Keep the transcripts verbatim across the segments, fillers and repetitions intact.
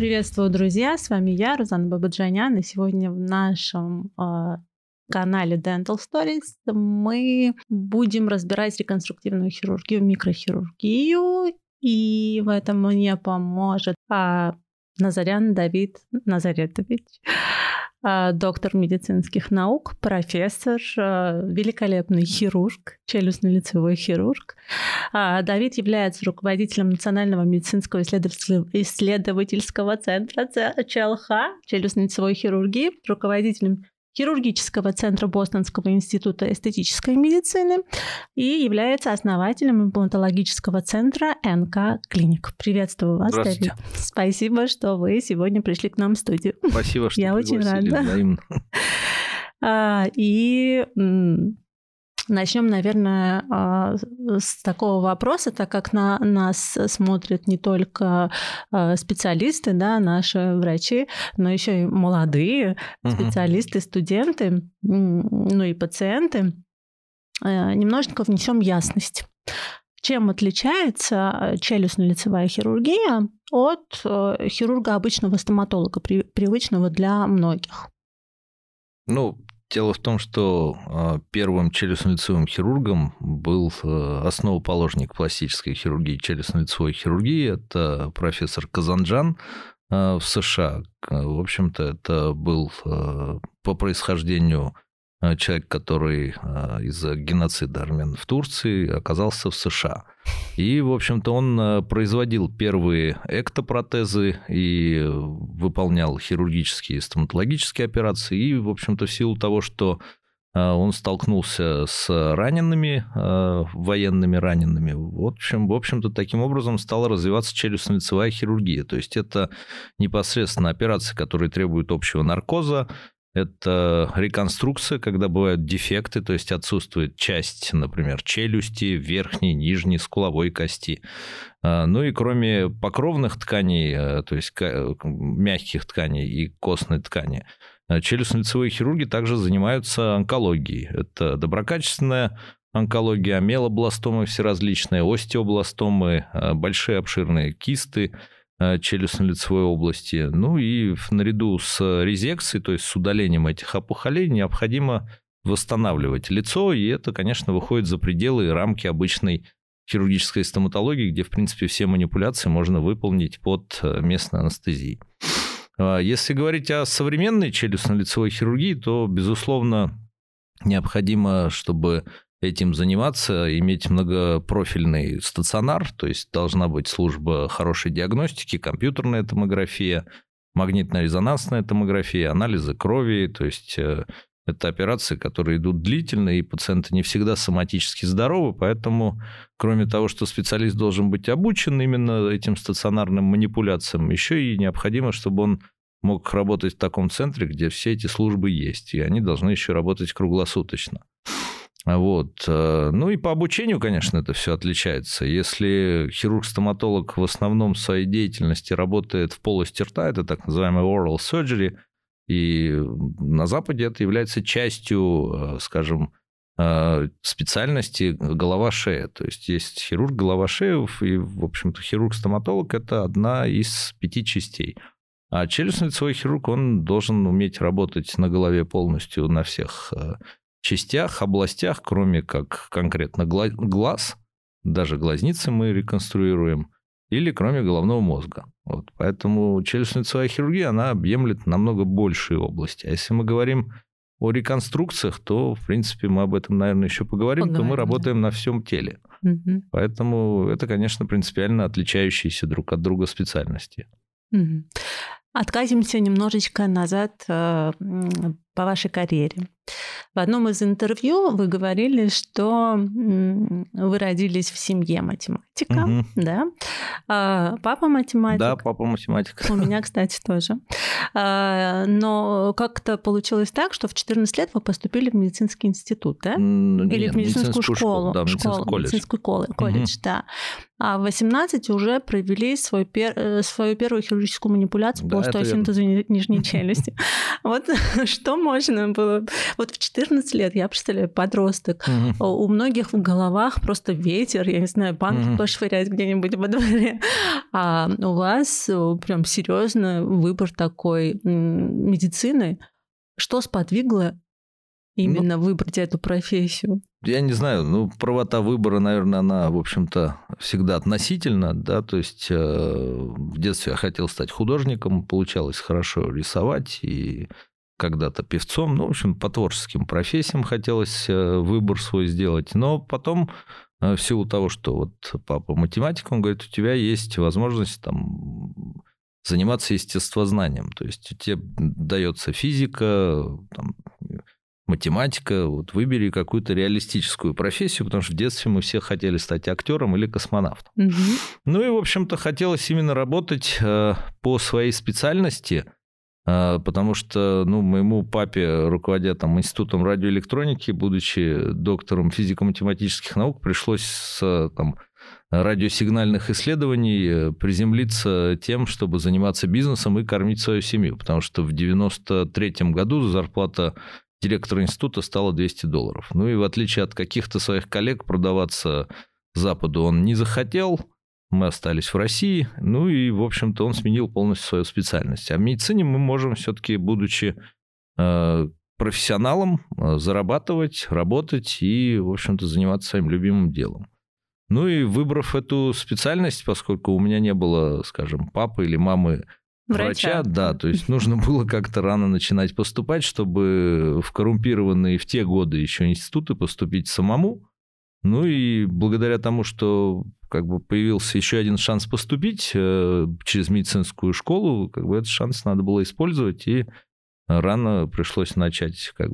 Приветствую, друзья! С вами я, Рузанна Бабаджанян, и сегодня в нашем э, канале Dental Stories мы будем разбирать реконструктивную хирургию, микрохирургию, и в этом мне поможет а, Назарян Давид Назаретович, а, доктор медицинских наук, профессор, а, великолепный хирург, челюстно-лицевой хирург. А, Давид является руководителем Национального медицинского исследовательского центра ЧЛХ, челюстно-лицевой хирургии, руководителем хирургического центра Бостонского института эстетической медицины и является основателем имплантологического центра эн ка Clinic. Приветствую вас, Давид. Спасибо, что вы сегодня пришли к нам в студию. Спасибо, что Я очень рада. Взаимно. И начнем, наверное, с такого вопроса, так как на нас смотрят не только специалисты, да, наши врачи, но еще и молодые специалисты, uh-huh. студенты, ну и пациенты. Немножечко внесем ясность. Чем отличается челюстно-лицевая хирургия от хирурга обычного стоматолога, привычного для многих? Ну, дело в том, что первым челюстно-лицевым хирургом был основоположник пластической хирургии, челюстно-лицевой хирургии. Это профессор Казанджан в США. В общем-то, это был по происхождению человек, который из-за геноцида армян в Турции оказался в США. И, в общем-то, он производил первые эктопротезы и выполнял хирургические и стоматологические операции. И, в общем-то, в силу того, что он столкнулся с ранеными, военными ранеными, в общем, в общем-то, таким образом стала развиваться челюстно-лицевая хирургия. То есть это непосредственно операции, которые требуют общего наркоза. Это реконструкция, когда бывают дефекты, то есть отсутствует часть, например, челюсти, верхней, нижней, скуловой кости. Ну и кроме покровных тканей, то есть мягких тканей и костной ткани, челюстно-лицевые хирурги также занимаются онкологией. Это доброкачественная онкология, мелобластомы всеразличные, остеобластомы, большие обширные кисты челюстно-лицевой области. Ну и наряду с резекцией, то есть с удалением этих опухолей, необходимо восстанавливать лицо, и это, конечно, выходит за пределы и рамки обычной хирургической стоматологии, где, в принципе, все манипуляции можно выполнить под местной анестезией. Если говорить о современной челюстно-лицевой хирургии, то, безусловно, необходимо, чтобы этим заниматься, иметь многопрофильный стационар, то есть должна быть служба хорошей диагностики, компьютерная томография, магнитно-резонансная томография, анализы крови, то есть это операции, которые идут длительно, и пациенты не всегда соматически здоровы, поэтому, кроме того, что специалист должен быть обучен именно этим стационарным манипуляциям, еще и необходимо, чтобы он мог работать в таком центре, где все эти службы есть, и они должны еще работать круглосуточно. Вот. Ну и по обучению, конечно, это все отличается. Если хирург-стоматолог в основном в своей деятельности работает в полости рта, это так называемый oral surgery, и на Западе это является частью, скажем, специальности голова-шея. То есть есть хирург голова-шея, и, в общем-то, хирург-стоматолог – это одна из пяти частей. А челюстно-лицевой хирург, он должен уметь работать на голове полностью на всех частях, областях, кроме как конкретно глаз, даже глазницы мы реконструируем, или кроме головного мозга. Вот. Поэтому челюстно-лицевая хирургия, она объемлет намного большие области. А если мы говорим о реконструкциях, то, в принципе, мы об этом, наверное, еще поговорим, поговорим то мы работаем да. на всем теле. Угу. Поэтому это, конечно, принципиально отличающиеся друг от друга специальности. Угу. Откатимся немножечко назад э, по вашей карьере. В одном из интервью вы говорили, что вы родились в семье математика, угу. да? А папа математик. Да, папа математик. У меня, кстати, тоже. А, но как-то получилось так, что в четырнадцать лет вы поступили в медицинский институт, да? Нет, Или в медицинскую, медицинскую школу? школу да, школу, колледж. Медицинскую колледж, колледж угу. да. а в восемнадцати уже провели свой пер... свою первую хирургическую манипуляцию Да, по остеосинтезу нижней челюсти. Вот что можно было... Вот в четырнадцать лет, я представляю, подросток, у многих в головах просто ветер, я не знаю, банки пошвырять где-нибудь во дворе. А у вас прям серьезно выбор такой медицины. Что сподвигло именно ну, выбрать эту профессию? Я не знаю, ну, правота выбора, наверное, она, в общем-то, всегда относительна, да, то есть э, в детстве я хотел стать художником, получалось хорошо рисовать, и когда-то певцом, ну, в общем, по творческим профессиям хотелось э, выбор свой сделать, но потом, э, в силу того, что вот папа математик, он говорит, у тебя есть возможность там заниматься естествознанием, то есть тебе дается физика, там, математика, вот выбери какую-то реалистическую профессию, потому что в детстве мы все хотели стать актером или космонавтом. Угу. Ну и, в общем-то, хотелось именно работать э, по своей специальности, э, потому что, ну, моему папе, руководя там институтом радиоэлектроники, будучи доктором физико-математических наук, пришлось с там радиосигнальных исследований приземлиться тем, чтобы заниматься бизнесом и кормить свою семью, потому что в девяносто третьем году зарплата директора института стало двести долларов. Ну и в отличие от каких-то своих коллег, продаваться Западу он не захотел. Мы остались в России. Ну и, в общем-то, он сменил полностью свою специальность. А в медицине мы можем все-таки, будучи э, профессионалом, э, зарабатывать, работать и, в общем-то, заниматься своим любимым делом. Ну и выбрав эту специальность, поскольку у меня не было, скажем, папы или мамы, Врача. Врача, да, то есть нужно было как-то рано начинать поступать, чтобы в коррумпированные в те годы еще институты поступить самому. Ну и благодаря тому, что как бы появился еще один шанс поступить через медицинскую школу, как бы этот шанс надо было использовать, и рано пришлось начать как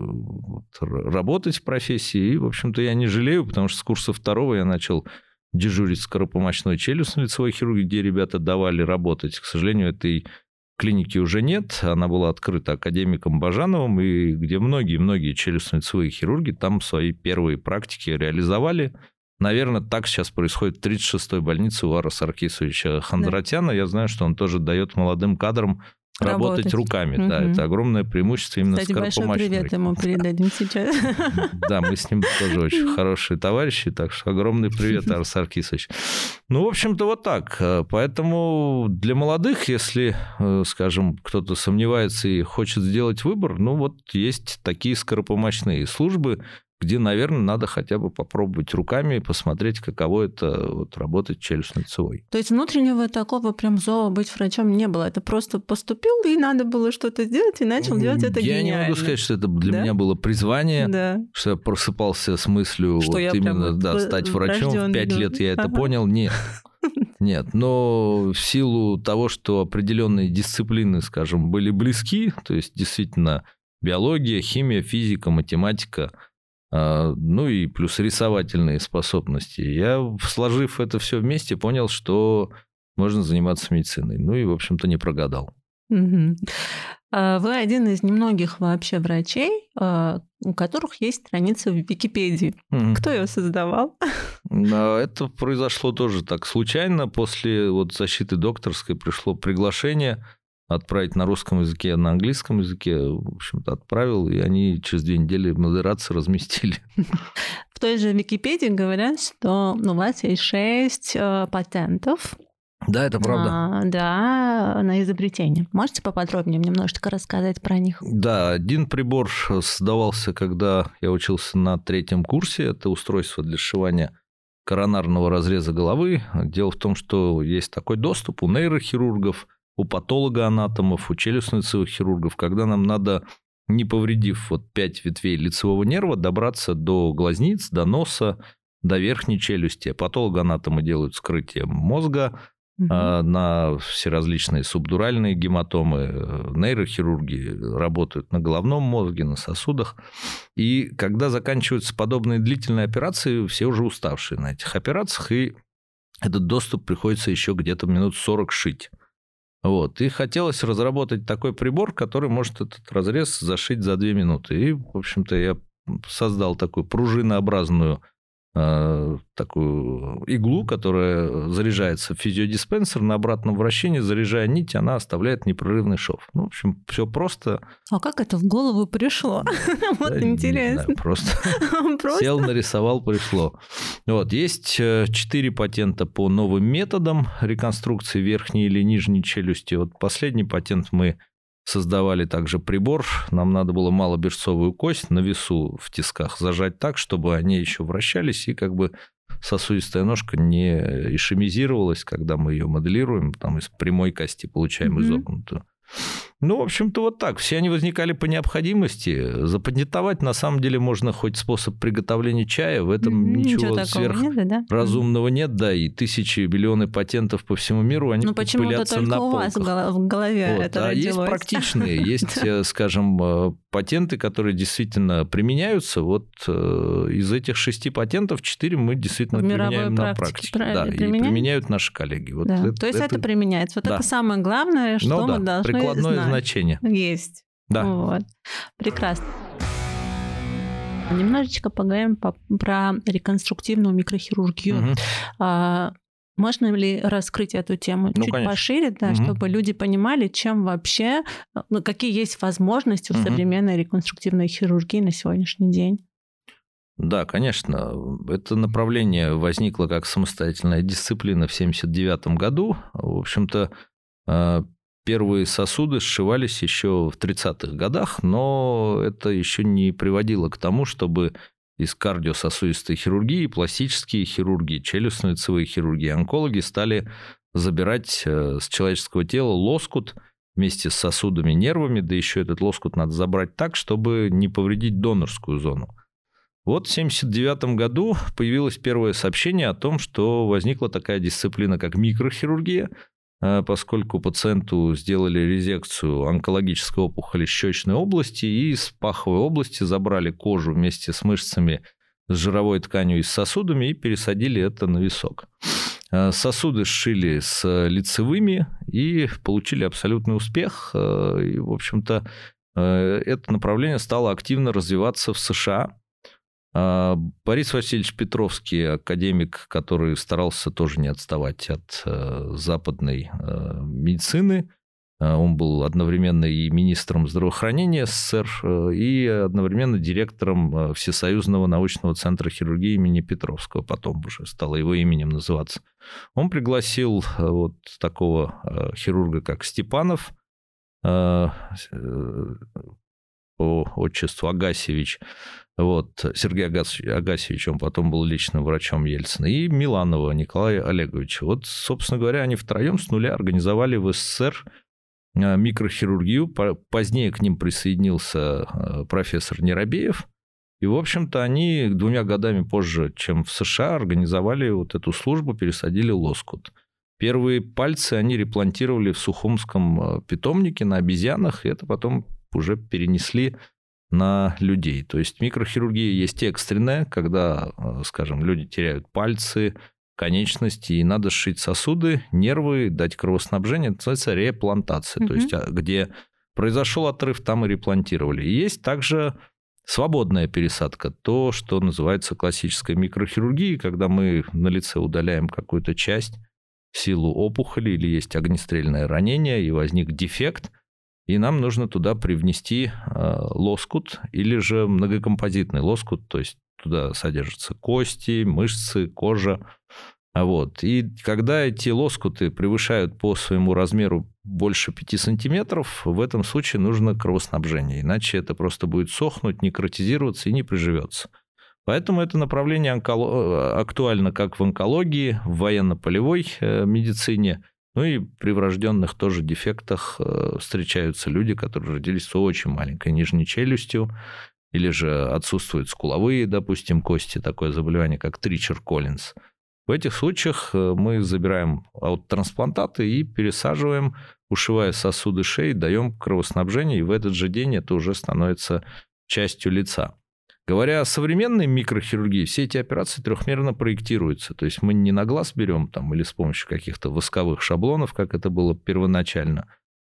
бы работать в профессии. И, в общем-то, я не жалею, потому что с курса второго я начал дежурить в скоропомощной челюстно-лицевой хирургии, где ребята давали работать. К сожалению, этой клиники уже нет. Она была открыта академиком Бажановым, и где многие-многие челюстно-лицевые хирурги там свои первые практики реализовали. Наверное, так сейчас происходит в тридцать шестой больнице у Ара Саркисовича Хондратяна. Да. Я знаю, что он тоже дает молодым кадрам работать, работать руками. Угу. Да, это огромное преимущество именно скоропомощной. Кстати, большой привет ему передадим сейчас. Да, мы с ним тоже очень хорошие товарищи, так что огромный привет, Ар Саркисович. Ну, в общем-то, вот так. Поэтому для молодых, если, скажем, кто-то сомневается и хочет сделать выбор, ну, вот есть такие скоропомощные службы, где, наверное, надо хотя бы попробовать руками и посмотреть, каково это вот, работать челюстно-лицевой. То есть внутреннего такого прям зова быть врачом не было? Это просто поступил, и надо было что-то сделать, и начал делать это я гениально. Я не могу сказать, что это для да? меня было призвание, да. что я просыпался с мыслью что вот именно да, стать врачом. В пять лет я это ага. понял. Нет. Нет, но в силу того, что определенные дисциплины, скажем, были близки, то есть действительно биология, химия, физика, математика, ну и плюс рисовательные способности. Я, сложив это все вместе, понял, что можно заниматься медициной. Ну и, в общем-то, не прогадал. Угу. Вы один из немногих вообще врачей, у которых есть страница в Википедии. Угу. Кто ее создавал? Это произошло тоже так случайно. После вот защиты докторской пришло приглашение отправить на русском языке, на английском языке, в общем-то, отправил, и они через две недели модерацию разместили. В той же Википедии говорят, что у вас есть шесть э, патентов. Да, это правда. А, да, на изобретение. Можете поподробнее немножечко рассказать про них? Да, один прибор создавался, когда я учился на третьем курсе. Это устройство для сшивания коронарного разреза головы. Дело в том, что есть такой доступ у нейрохирургов, у патологоанатомов, у челюстно-лицевых хирургов, когда нам надо, не повредив вот пять ветвей лицевого нерва, добраться до глазниц, до носа, до верхней челюсти. Патологоанатомы делают вскрытие мозга угу. а, на всеразличные субдуральные гематомы. Нейрохирурги работают на головном мозге, на сосудах. И когда заканчиваются подобные длительные операции, все уже уставшие на этих операциях, и этот доступ приходится еще где-то минут сорок шить. Вот. И хотелось разработать такой прибор, который может этот разрез зашить за две минуты. И, в общем-то, я создал такую пружинообразную такую иглу, которая заряжается в физиодиспенсер, на обратном вращении, заряжая нить, она оставляет непрерывный шов. Ну, в общем, все просто. А как это в голову пришло? Вот интересно. Просто сел, нарисовал, пришло. Вот. Есть четыре патента по новым методам реконструкции верхней или нижней челюсти. Вот последний патент мы создавали также прибор. Нам надо было малоберцовую кость на весу в тисках зажать так, чтобы они еще вращались, и как бы сосудистая ножка не ишемизировалась, когда мы ее моделируем, там из прямой кости получаем mm-hmm. изогнутую. Ну, в общем-то, вот так. Все они возникали по необходимости. Запатентовать, на самом деле, можно хоть способ приготовления чая. В этом mm-hmm. ничего сверхразумного нет, да? нет, да, и тысячи, миллионы патентов по всему миру, они ну, пылятся на полках. Ну, почему-то только у вас в голове вот. это а родилось. Есть практичные, есть, скажем, патенты, которые действительно применяются. Вот из этих шести патентов четыре мы действительно применяем на практике. Да, и применяют наши коллеги. Вот да. это, То есть это, это применяется. Вот да. это самое главное, что ну, мы да. должны Прикладное знать. значение. Есть. Да. Вот. Прекрасно. Немножечко поговорим по, про реконструктивную микрохирургию. Угу. А, можно ли раскрыть эту тему ну, чуть конечно. пошире, да, угу. чтобы люди понимали, чем вообще, ну, какие есть возможности у угу. современной реконструктивной хирургии на сегодняшний день? Да, конечно. Это направление возникло как самостоятельная дисциплина в семьдесят девятом году. В общем-то, первые сосуды сшивались еще в тридцатых годах, но это еще не приводило к тому, чтобы из кардиососудистой хирургии, пластические хирурги, челюстно-лицевые хирурги, онкологи стали забирать с человеческого тела лоскут вместе с сосудами, нервами, да еще этот лоскут надо забрать так, чтобы не повредить донорскую зону. Вот в семьдесят девятом году появилось первое сообщение о том, что возникла такая дисциплина, как микрохирургия, поскольку пациенту сделали резекцию онкологической опухоли щечной области и из паховой области забрали кожу вместе с мышцами, с жировой тканью и с сосудами и пересадили это на висок. Сосуды сшили с лицевыми и получили абсолютный успех. И, в общем-то, это направление стало активно развиваться в США. Борис Васильевич Петровский, академик, который старался тоже не отставать от западной медицины, он был одновременно и министром здравоохранения СССР, и одновременно директором Всесоюзного научного центра хирургии имени Петровского, потом уже стало его именем называться. Он пригласил вот такого хирурга, как Степанов, по отчеству Агасьевич, вот, Сергей Агасьевич, он потом был личным врачом Ельцина, и Миланова Николая Олеговича. Вот, собственно говоря, они втроем с нуля организовали в СССР микрохирургию. Позднее к ним присоединился профессор Неробеев. И, в общем-то, они двумя годами позже, чем в США, организовали вот эту службу, пересадили лоскут. Первые пальцы они реплантировали в Сухумском питомнике на обезьянах, и это потом уже перенесли на людей. То есть микрохирургия есть экстренная, когда, скажем, люди теряют пальцы, конечности, и надо сшить сосуды, нервы, дать кровоснабжение. Это называется реплантация. Mm-hmm. То есть где произошел отрыв, там и реплантировали. И есть также свободная пересадка, то, что называется классической микрохирургией, когда мы на лице удаляем какую-то часть в силу опухоли или есть огнестрельное ранение, и возник дефект, и нам нужно туда привнести лоскут или же многокомпозитный лоскут, то есть туда содержатся кости, мышцы, кожа. Вот. И когда эти лоскуты превышают по своему размеру больше пяти сантиметров, в этом случае нужно кровоснабжение, иначе это просто будет сохнуть, некротизироваться и не приживется. Поэтому это направление онколог... актуально как в онкологии, в военно-полевой медицине, ну и при врожденных тоже дефектах встречаются люди, которые родились с очень маленькой нижней челюстью, или же отсутствуют скуловые, допустим, кости, такое заболевание, как Тричер-Коллинс. В этих случаях мы забираем аутотрансплантаты и пересаживаем, ушивая сосуды шеи, даем кровоснабжение, и в этот же день это уже становится частью лица. Говоря о современной микрохирургии, все эти операции трехмерно проектируются. То есть мы не на глаз берем там, или с помощью каких-то восковых шаблонов, как это было первоначально,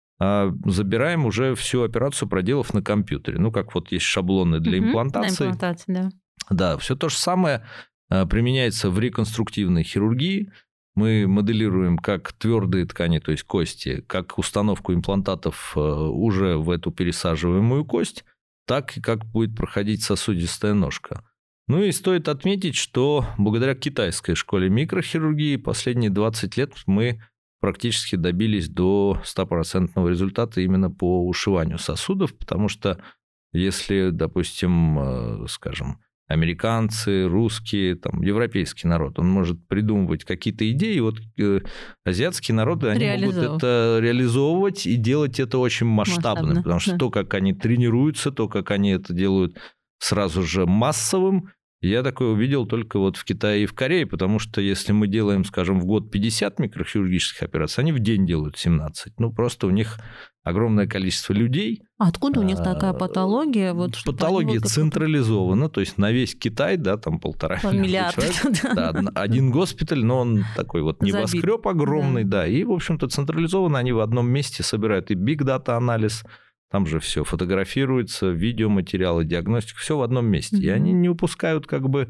а забираем уже всю операцию, проделав на компьютере. Ну, как вот есть шаблоны для имплантации. Для имплантации, да. Да, все то же самое. применяется в реконструктивной хирургии. Мы моделируем как твердые ткани, то есть кости, как установку имплантатов уже в эту пересаживаемую кость, так и как будет проходить сосудистая ножка. Ну и стоит отметить, что благодаря китайской школе микрохирургии последние двадцать лет мы практически добились до стопроцентного результата именно по ушиванию сосудов, потому что если, допустим, скажем, американцы, русские, там, европейский народ, он может придумывать какие-то идеи, вот э, азиатские народы, они могут это реализовывать и делать это очень масштабным, масштабно, потому что да. то, как они тренируются, то, как они это делают сразу же массовым, я такое увидел только вот в Китае и в Корее, потому что если мы делаем, скажем, в год пятьдесят микрохирургических операций, они в день делают семнадцать. Ну, просто у них огромное количество людей. А откуда у них такая патология? Вот, патология централизована, то есть на весь Китай, да, там полтора миллиарда человек. Да, один госпиталь, но он такой вот небоскреб огромный, да. да, и, в общем-то, централизованно они в одном месте собирают и биг-дата-анализ, там же все фотографируется, видеоматериалы, диагностика, все в одном месте. Mm-hmm. И они не упускают как бы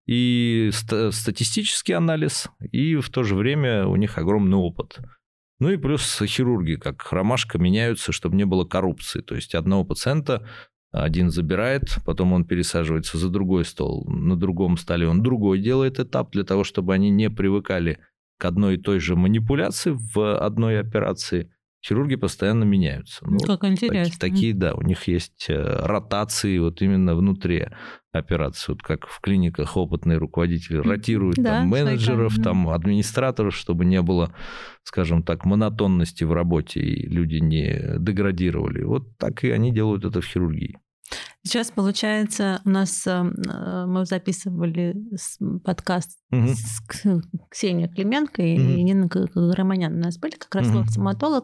и статистический анализ, и в то же время у них огромный опыт. Ну и плюс хирурги, как ромашка, меняются, чтобы не было коррупции. То есть одного пациента один забирает, потом он пересаживается за другой стол, на другом столе он другой делает этап для того, чтобы они не привыкали к одной и той же манипуляции в одной операции. Хирурги постоянно меняются. Ну, как интересно. Такие, такие, да, у них есть ротации вот именно внутри операции. Вот как в клиниках опытные руководители ротируют да, там, менеджеров, да. там, администраторов, чтобы не было, скажем так, монотонности в работе и люди не деградировали. Вот так и они делают это в хирургии. Сейчас, получается, у нас мы записывали подкаст угу. с Ксенией Клименко и угу. Нина Романян. У нас были как раз угу. стоматолог,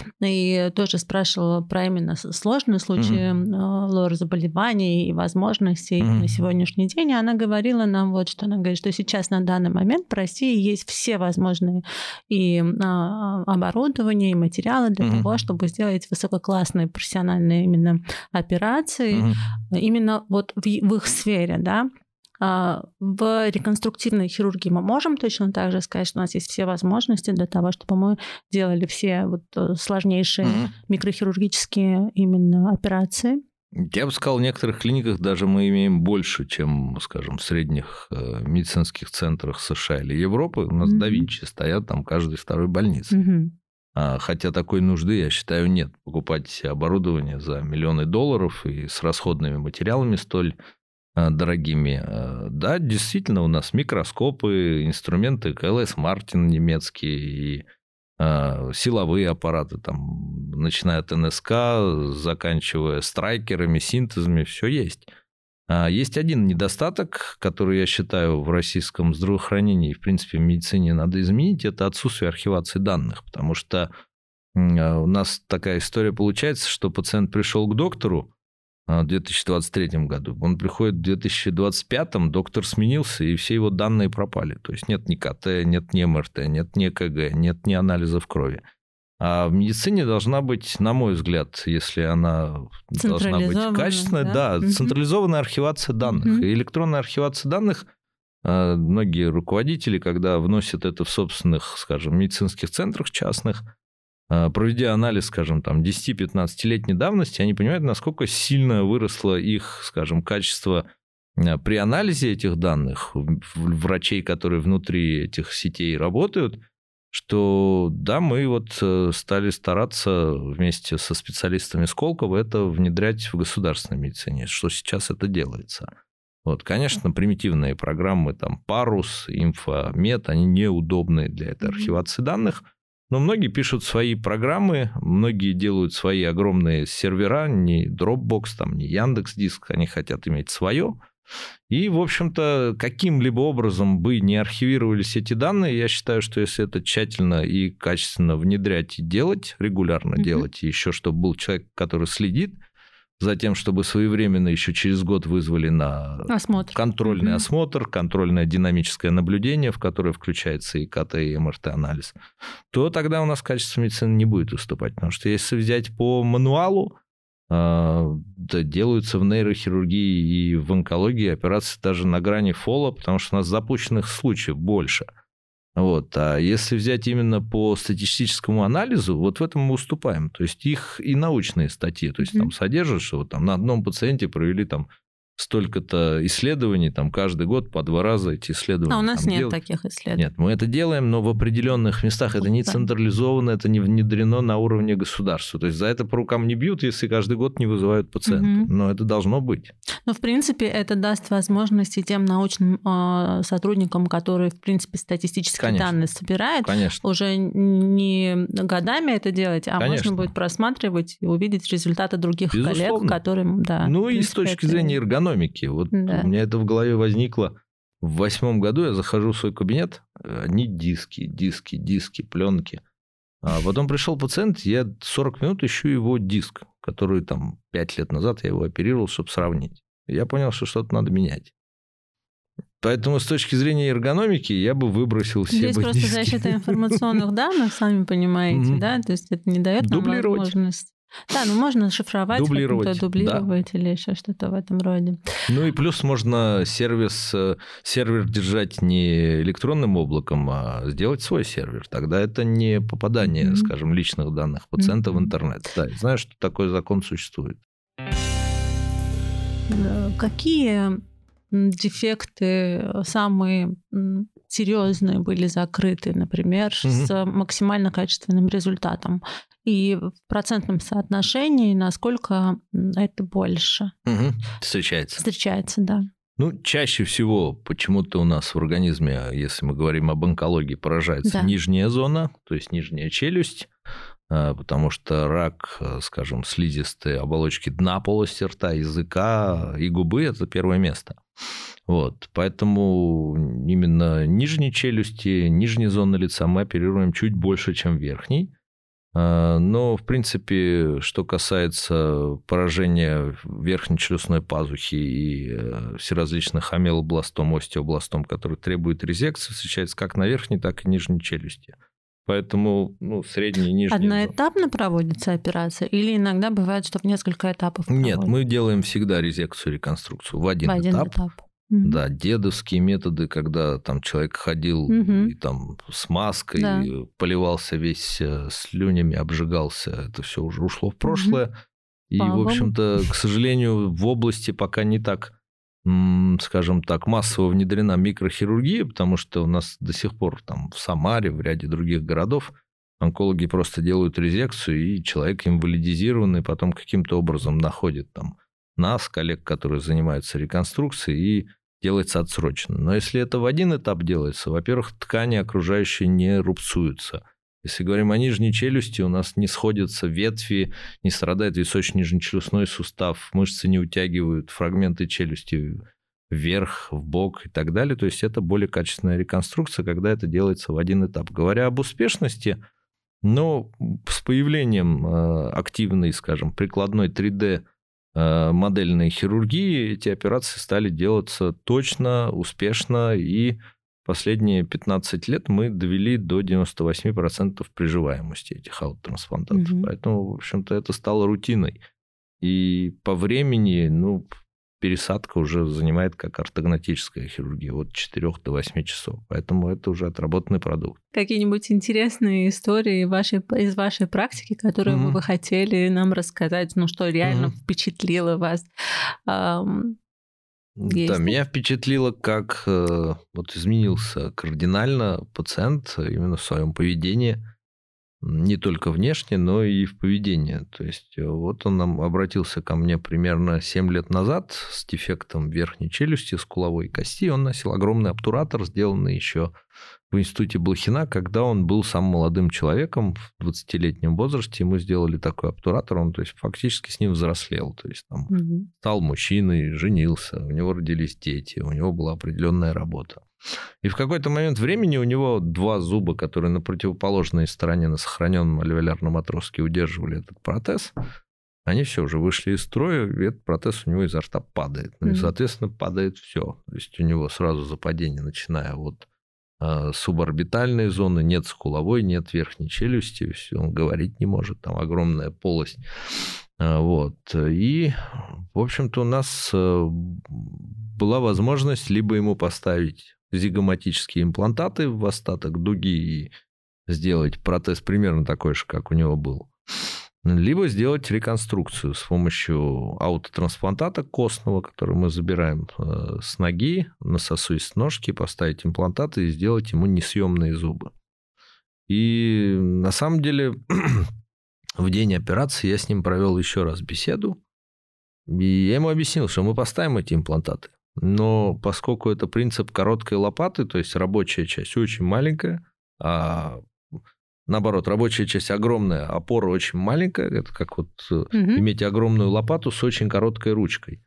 и тоже спрашивала про именно сложные случаи угу. лор-заболеваний и возможностей угу. на сегодняшний день. И она говорила нам вот, что она говорит, что сейчас на данный момент в России есть все возможные и оборудование, и материалы для угу. того, чтобы сделать высококлассные профессиональные именно операции, угу. именно вот в, в их сфере, да. В реконструктивной хирургии мы можем точно так же сказать, что у нас есть все возможности для того, чтобы мы делали все вот сложнейшие mm-hmm. микрохирургические именно операции. Я бы сказал, в некоторых клиниках даже мы имеем больше, чем, скажем, в средних медицинских центрах США или Европы. У нас mm-hmm. да Винчи стоят там каждой второй больнице. Mm-hmm. Хотя такой нужды, я считаю, нет. Покупать оборудование за миллионы долларов и с расходными материалами столь дорогими. Да, действительно, у нас микроскопы, инструменты ка эл эс Martin немецкие и силовые аппараты, там, начиная от эн эс ка, заканчивая страйкерами, синтезами, все есть. Есть один недостаток, который, я считаю, в российском здравоохранении и, в принципе, в медицине надо изменить, это отсутствие архивации данных, потому что у нас такая история получается, что пациент пришел к доктору в две тысячи двадцать третьем году, он приходит в две тысячи двадцать пятом, доктор сменился, и все его данные пропали. То есть нет ни ка тэ, нет ни эм эр тэ, нет ни э ка гэ, нет ни анализов крови. А в медицине должна быть, на мой взгляд, если она должна быть качественная, да, да, централизованная архивация данных. Угу. И электронная архивация данных, многие руководители, когда вносят это в собственных, скажем, медицинских центрах частных, проведя анализ, скажем, там, десяти-пятнадцатилетней давности, они понимают, насколько сильно выросло их, скажем, качество при анализе этих данных, врачей, которые внутри этих сетей работают, что да, мы вот стали стараться вместе со специалистами Сколково это внедрять в государственной медицине, что сейчас это делается. Вот, конечно, примитивные программы, там, Парус, Инфомед, они неудобны для этой архивации данных, но многие пишут свои программы, многие делают свои огромные сервера, не Dropbox, там, не Яндекс.Диск, они хотят иметь свое. И, в общем-то, каким-либо образом бы не архивировались эти данные, я считаю, что если это тщательно и качественно внедрять и делать, регулярно mm-hmm. делать, и еще чтобы был человек, который следит за тем, чтобы своевременно еще через год вызвали на осмотр. контрольный mm-hmm. осмотр, контрольное динамическое наблюдение, в которое включается и ка тэ, и эм эр тэ-анализ, то тогда у нас качество медицины не будет уступать. Потому что если взять по мануалу, Да, делаются в нейрохирургии и в онкологии операции даже на грани фола, потому что у нас запущенных случаев больше. Вот. А если взять именно по статистическому анализу, вот в этом мы уступаем. То есть их и научные статьи, то есть mm-hmm. там содержат, что вот там на одном пациенте провели там столько-то исследований, там каждый год по два раза эти исследования. А у нас там нет делают. таких исследований. Нет, мы это делаем, но в определенных местах. Это не централизовано, это не внедрено на уровне государства. То есть за это по рукам не бьют, если каждый год не вызывают пациента. Угу. Но это должно быть. Ну, в принципе, это даст возможности тем научным э, сотрудникам, которые, в принципе, статистические Конечно. данные собирают, Конечно. уже не годами это делать, а Конечно. можно будет просматривать и увидеть результаты других Безусловно. коллег, которым... Да, ну, и с точки это... зрения эргономики. Вот да. у меня это в голове возникло. В восьмом году я захожу в свой кабинет, одни диски, диски, диски, пленки. А потом пришел пациент, я сорок минут ищу его диск, который там пять лет назад я его оперировал, чтобы сравнить. Я понял, что что-то надо менять. Поэтому с точки зрения эргономики я бы выбросил все Здесь бы просто диски. защита информационных данных, сами понимаете, mm-hmm. да? То есть это не дает нам возможность... Да, ну можно шифровать, дублировать, дублировать да. или еще что-то в этом роде. Ну и плюс можно сервис, сервер держать не электронным облаком, а сделать свой сервер. Тогда это не попадание, mm-hmm. скажем, личных данных пациента mm-hmm. в интернет. Да, я знаю, что такой закон существует. Какие дефекты самые серьезные были закрыты, например, угу. с максимально качественным результатом? И в процентном соотношении насколько это больше? Угу. Встречается. Встречается, да. Ну, чаще всего почему-то у нас в организме, если мы говорим об онкологии, поражается да. нижняя зона, то есть нижняя челюсть, потому что рак, скажем, слизистой оболочки дна полости рта, языка и губы – это первое место. Вот, поэтому именно нижней челюсти, нижней зоны лица мы оперируем чуть больше, чем верхней. Но, в принципе, что касается поражения верхнечелюстной пазухи и всеразличных амелобластом, остеобластом, которые требуют резекции, встречается как на верхней, так и нижней челюсти. Поэтому ну, средний и нижний. Одноэтапно проводится операция или иногда бывает, что в несколько этапов проводится? Нет, мы делаем всегда резекцию, реконструкцию в один, в один этап. этап. Да, дедовские методы, когда там человек ходил угу. и там с маской, да. поливался весь слюнями, обжигался, это все уже ушло в прошлое. Угу. И, Слава в общем-то, Богу. К сожалению, в области пока не так, скажем так, массово внедрена микрохирургия, потому что у нас до сих пор там в Самаре, в ряде других городов онкологи просто делают резекцию, и человек инвалидизированный потом каким-то образом находит там нас, коллег, которые занимаются реконструкцией, и делается отсрочно. Но если это в один этап делается, во-первых, ткани окружающие не рубцуются. Если говорим о нижней челюсти, у нас не сходятся ветви, не страдает височно-нижнечелюстной сустав, мышцы не утягивают фрагменты челюсти вверх, в бок и так далее. То есть это более качественная реконструкция, когда это делается в один этап. Говоря об успешности, но с появлением активной, скажем, прикладной три дэ модельной хирургии эти операции стали делаться точно, успешно, и последние пятнадцать лет мы довели до девяносто восемь процентов приживаемости этих аутотрансплантатов. Угу. Поэтому, в общем-то, это стало рутиной. И по времени, ну, пересадка уже занимает как ортогнатическая хирургия от четырёх до восьми часов. Поэтому это уже отработанный продукт. Какие-нибудь интересные истории вашей, из вашей практики, которые mm-hmm. вы хотели нам рассказать, ну, что реально mm-hmm. впечатлило вас? Есть? Да, меня впечатлило, как вот изменился кардинально пациент именно в своем поведении. Не только внешне, но и в поведении. То есть вот он нам обратился ко мне примерно семь лет назад с дефектом верхней челюсти, скуловой кости. Он носил огромный обтуратор, сделанный еще в институте Блохина, когда он был самым молодым человеком в двадцатилетнем возрасте. Ему сделали такой обтуратор, он то есть, фактически с ним взрослел. То есть там угу. стал мужчиной, женился, у него родились дети, у него была определенная работа. И в какой-то момент времени у него два зуба, которые на противоположной стороне на сохраненном альвеолярном отростке удерживали этот протез, они все уже вышли из строя, и этот протез у него изо рта падает. Ну, mm-hmm. и, соответственно, падает все. То есть у него сразу западение, начиная от э, суборбитальной зоны, нет скуловой, нет верхней челюсти, все, он говорить не может, там огромная полость Вот. И, в общем-то, у нас была возможность либо ему поставить зигоматические имплантаты в остаток дуги и сделать протез примерно такой же, как у него был, либо сделать реконструкцию с помощью аутотрансплантата костного, который мы забираем с ноги на сосудистой ножке, поставить имплантаты и сделать ему несъемные зубы. И на самом деле в день операции я с ним провел еще раз беседу, и я ему объяснил, что мы поставим эти имплантаты, но поскольку это принцип короткой лопаты, то есть рабочая часть очень маленькая, а наоборот, рабочая часть огромная, опора очень маленькая, это как вот угу. иметь огромную лопату с очень короткой ручкой,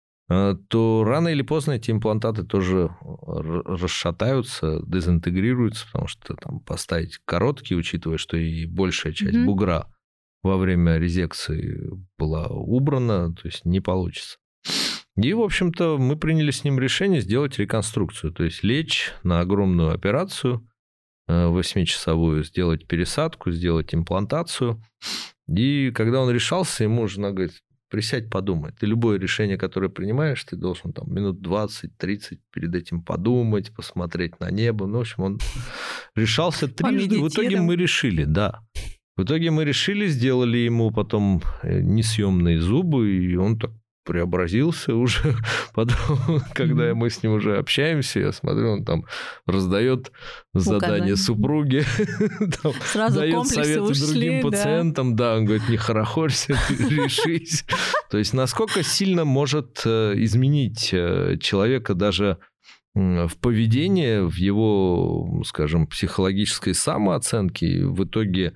то рано или поздно эти имплантаты тоже расшатаются, дезинтегрируются, потому что там поставить короткие, учитывая, что и большая часть угу. бугра во время резекции была убрана, то есть не получится. И, в общем-то, мы приняли с ним решение сделать реконструкцию, то есть лечь на огромную операцию, восьмичасовую, сделать пересадку, сделать имплантацию. И когда он решался, ему жена говорит: присядь, подумай. Ты любое решение, которое принимаешь, ты должен там минут двадцать-тридцать перед этим подумать, посмотреть на небо. Ну, в общем, он решался трижды. В итоге мы решили, да. В итоге мы решили, сделали ему потом несъемные зубы, и он так преобразился уже. Потом, когда mm-hmm. мы с ним уже общаемся, я смотрю, он там раздает задания супруге, дает советы ушли, другим да. пациентам. Да, он говорит: не хорохорься, решись. То есть, насколько сильно может изменить человека даже в поведении, в его, скажем, психологической самооценке, в итоге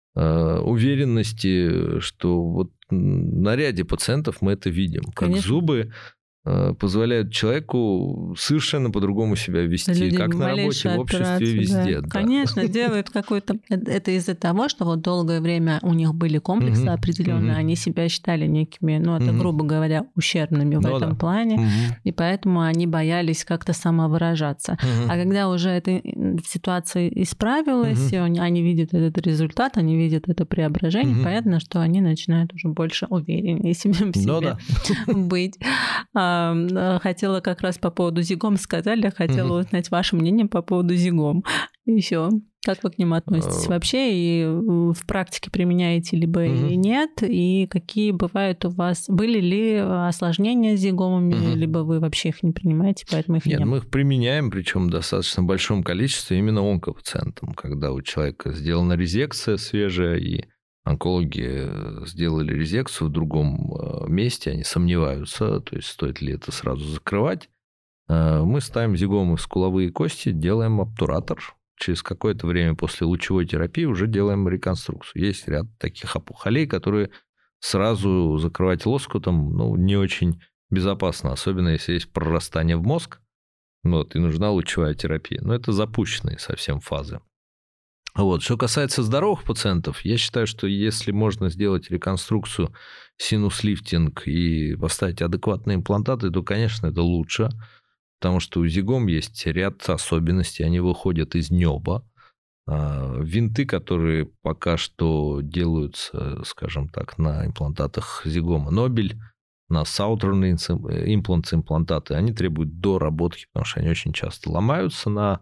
уверенности, что вот на ряде пациентов мы это видим. Конечно. Как зубы позволяют человеку совершенно по-другому себя вести, люди как на работе, в обществе, операцию, везде. Да. Да. Конечно, делают какой-то... Это из-за того, что вот долгое время у них были комплексы угу. определенные, угу. они себя считали некими, ну, это, угу. грубо говоря, ущербными в ну, этом да. плане, угу. и поэтому они боялись как-то самовыражаться. Угу. А когда уже эта ситуация исправилась, угу. они видят этот результат, они видят это преображение, угу. понятно, что они начинают уже больше увереннее в себе ну, да. быть. Хотела как раз по поводу зигом сказали, хотела угу. узнать ваше мнение по поводу зигом. Еще как вы к ним относитесь вообще? И в практике применяете либо угу. и нет? И какие бывают у вас? Были ли осложнения с зигомами, угу. либо вы вообще их не принимаете, поэтому их нет? Нет, мы их применяем, причем в достаточно большом количестве именно онкопациентам, когда у человека сделана резекция свежая, и онкологи сделали резекцию в другом месте, они сомневаются, то есть стоит ли это сразу закрывать. Мы ставим зигомы в скуловые кости, делаем обтуратор. Через какое-то время после лучевой терапии уже делаем реконструкцию. Есть ряд таких опухолей, которые сразу закрывать лоскутом ну, не очень безопасно, особенно если есть прорастание в мозг, вот, и нужна лучевая терапия. Но это запущенные совсем фазы. Вот. Что касается здоровых пациентов, я считаю, что если можно сделать реконструкцию, синус-лифтинг и поставить адекватные имплантаты, то, конечно, это лучше, потому что у зигом есть ряд особенностей, они выходят из неба. Винты, которые пока что делаются, скажем так, на имплантатах зигома Нобель, на Southern Implants имплантаты, они требуют доработки, потому что они очень часто ломаются на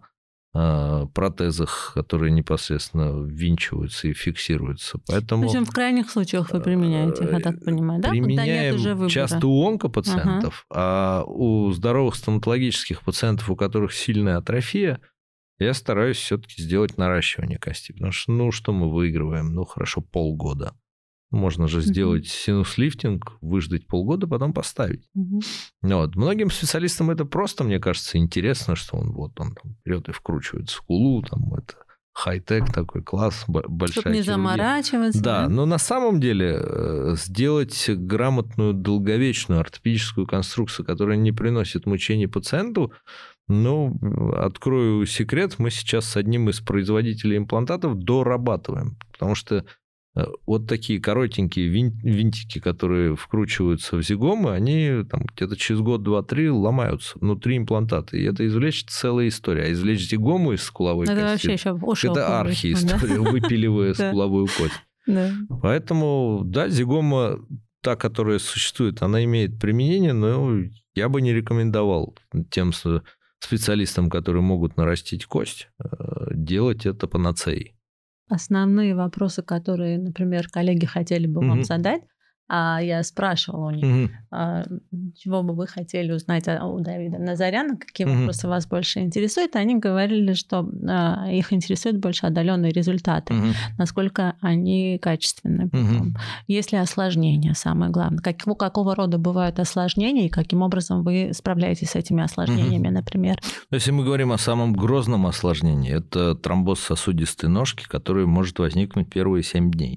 протезах, которые непосредственно ввинчиваются и фиксируются. Поэтому... В общем, в крайних случаях вы применяете, я так понимаю, да? Применяем уже часто у онкопациентов, ага. а у здоровых стоматологических пациентов, у которых сильная атрофия, я стараюсь все-таки сделать наращивание кости, потому что, ну, что мы выигрываем? Ну, хорошо, полгода. Можно же сделать синус-лифтинг, выждать полгода, потом поставить. Uh-huh. Вот. Многим специалистам это просто, мне кажется, интересно, что он вот он там берет и вкручивает скулу, там это хай-тек такой класс, большая Чтобы не хирургия. Заморачиваться. Да, да, но на самом деле сделать грамотную долговечную ортопедическую конструкцию, которая не приносит мучений пациенту, ну, открою секрет, мы сейчас с одним из производителей имплантатов дорабатываем, потому что вот такие коротенькие винтики, которые вкручиваются в зигомы, они там, где-то через год, два, три ломаются внутри имплантата. И это извлечь целая история. А извлечь зигому из скуловой это кости, вообще еще это архиистория, да? Выпиливая скуловую кость. Да. Поэтому, да, зигома та, которая существует, она имеет применение, но я бы не рекомендовал тем специалистам, которые могут нарастить кость, делать это панацеей. Основные вопросы, которые, например, коллеги хотели бы вам Мгм. задать, а я спрашивала у них, Мгм. а, чего бы вы хотели узнать о- у Давида Назаряна, какие Мгм. вопросы вас больше интересуют. Они говорили, что а, их интересуют больше отдаленные результаты, Мгм. насколько они качественны потом. Мгм. Есть ли осложнения, самое главное? Какого, какого рода бывают осложнения и каким образом вы справляетесь с этими осложнениями, например? Если мы говорим о самом грозном осложнении, это тромбоз сосудистой ножки, который может возникнуть первые семь дней.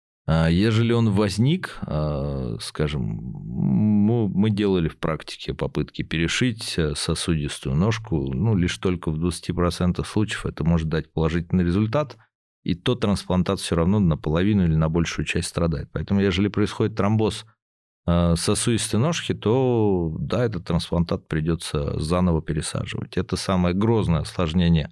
А ежели он возник, а, скажем, ну, мы делали в практике попытки перешить сосудистую ножку, ну, лишь только в двадцати процентах случаев это может дать положительный результат, и то трансплантат все равно наполовину или на большую часть страдает. Поэтому, ежели происходит тромбоз а, сосудистой ножки, то да, этот трансплантат придется заново пересаживать. Это самое грозное осложнение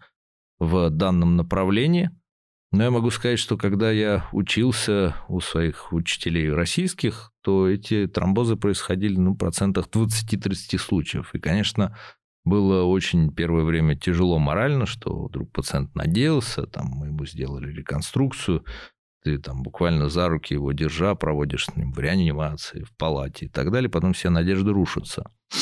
в данном направлении. Но я могу сказать, что когда я учился у своих учителей российских, то эти тромбозы происходили ну, в процентах двадцати-тридцати случаев. И, конечно, было очень первое время тяжело морально, что вдруг пациент надеялся, там, мы ему сделали реконструкцию, ты там буквально за руки его держа проводишь с ним в реанимации, в палате и так далее, потом все надежды рушатся.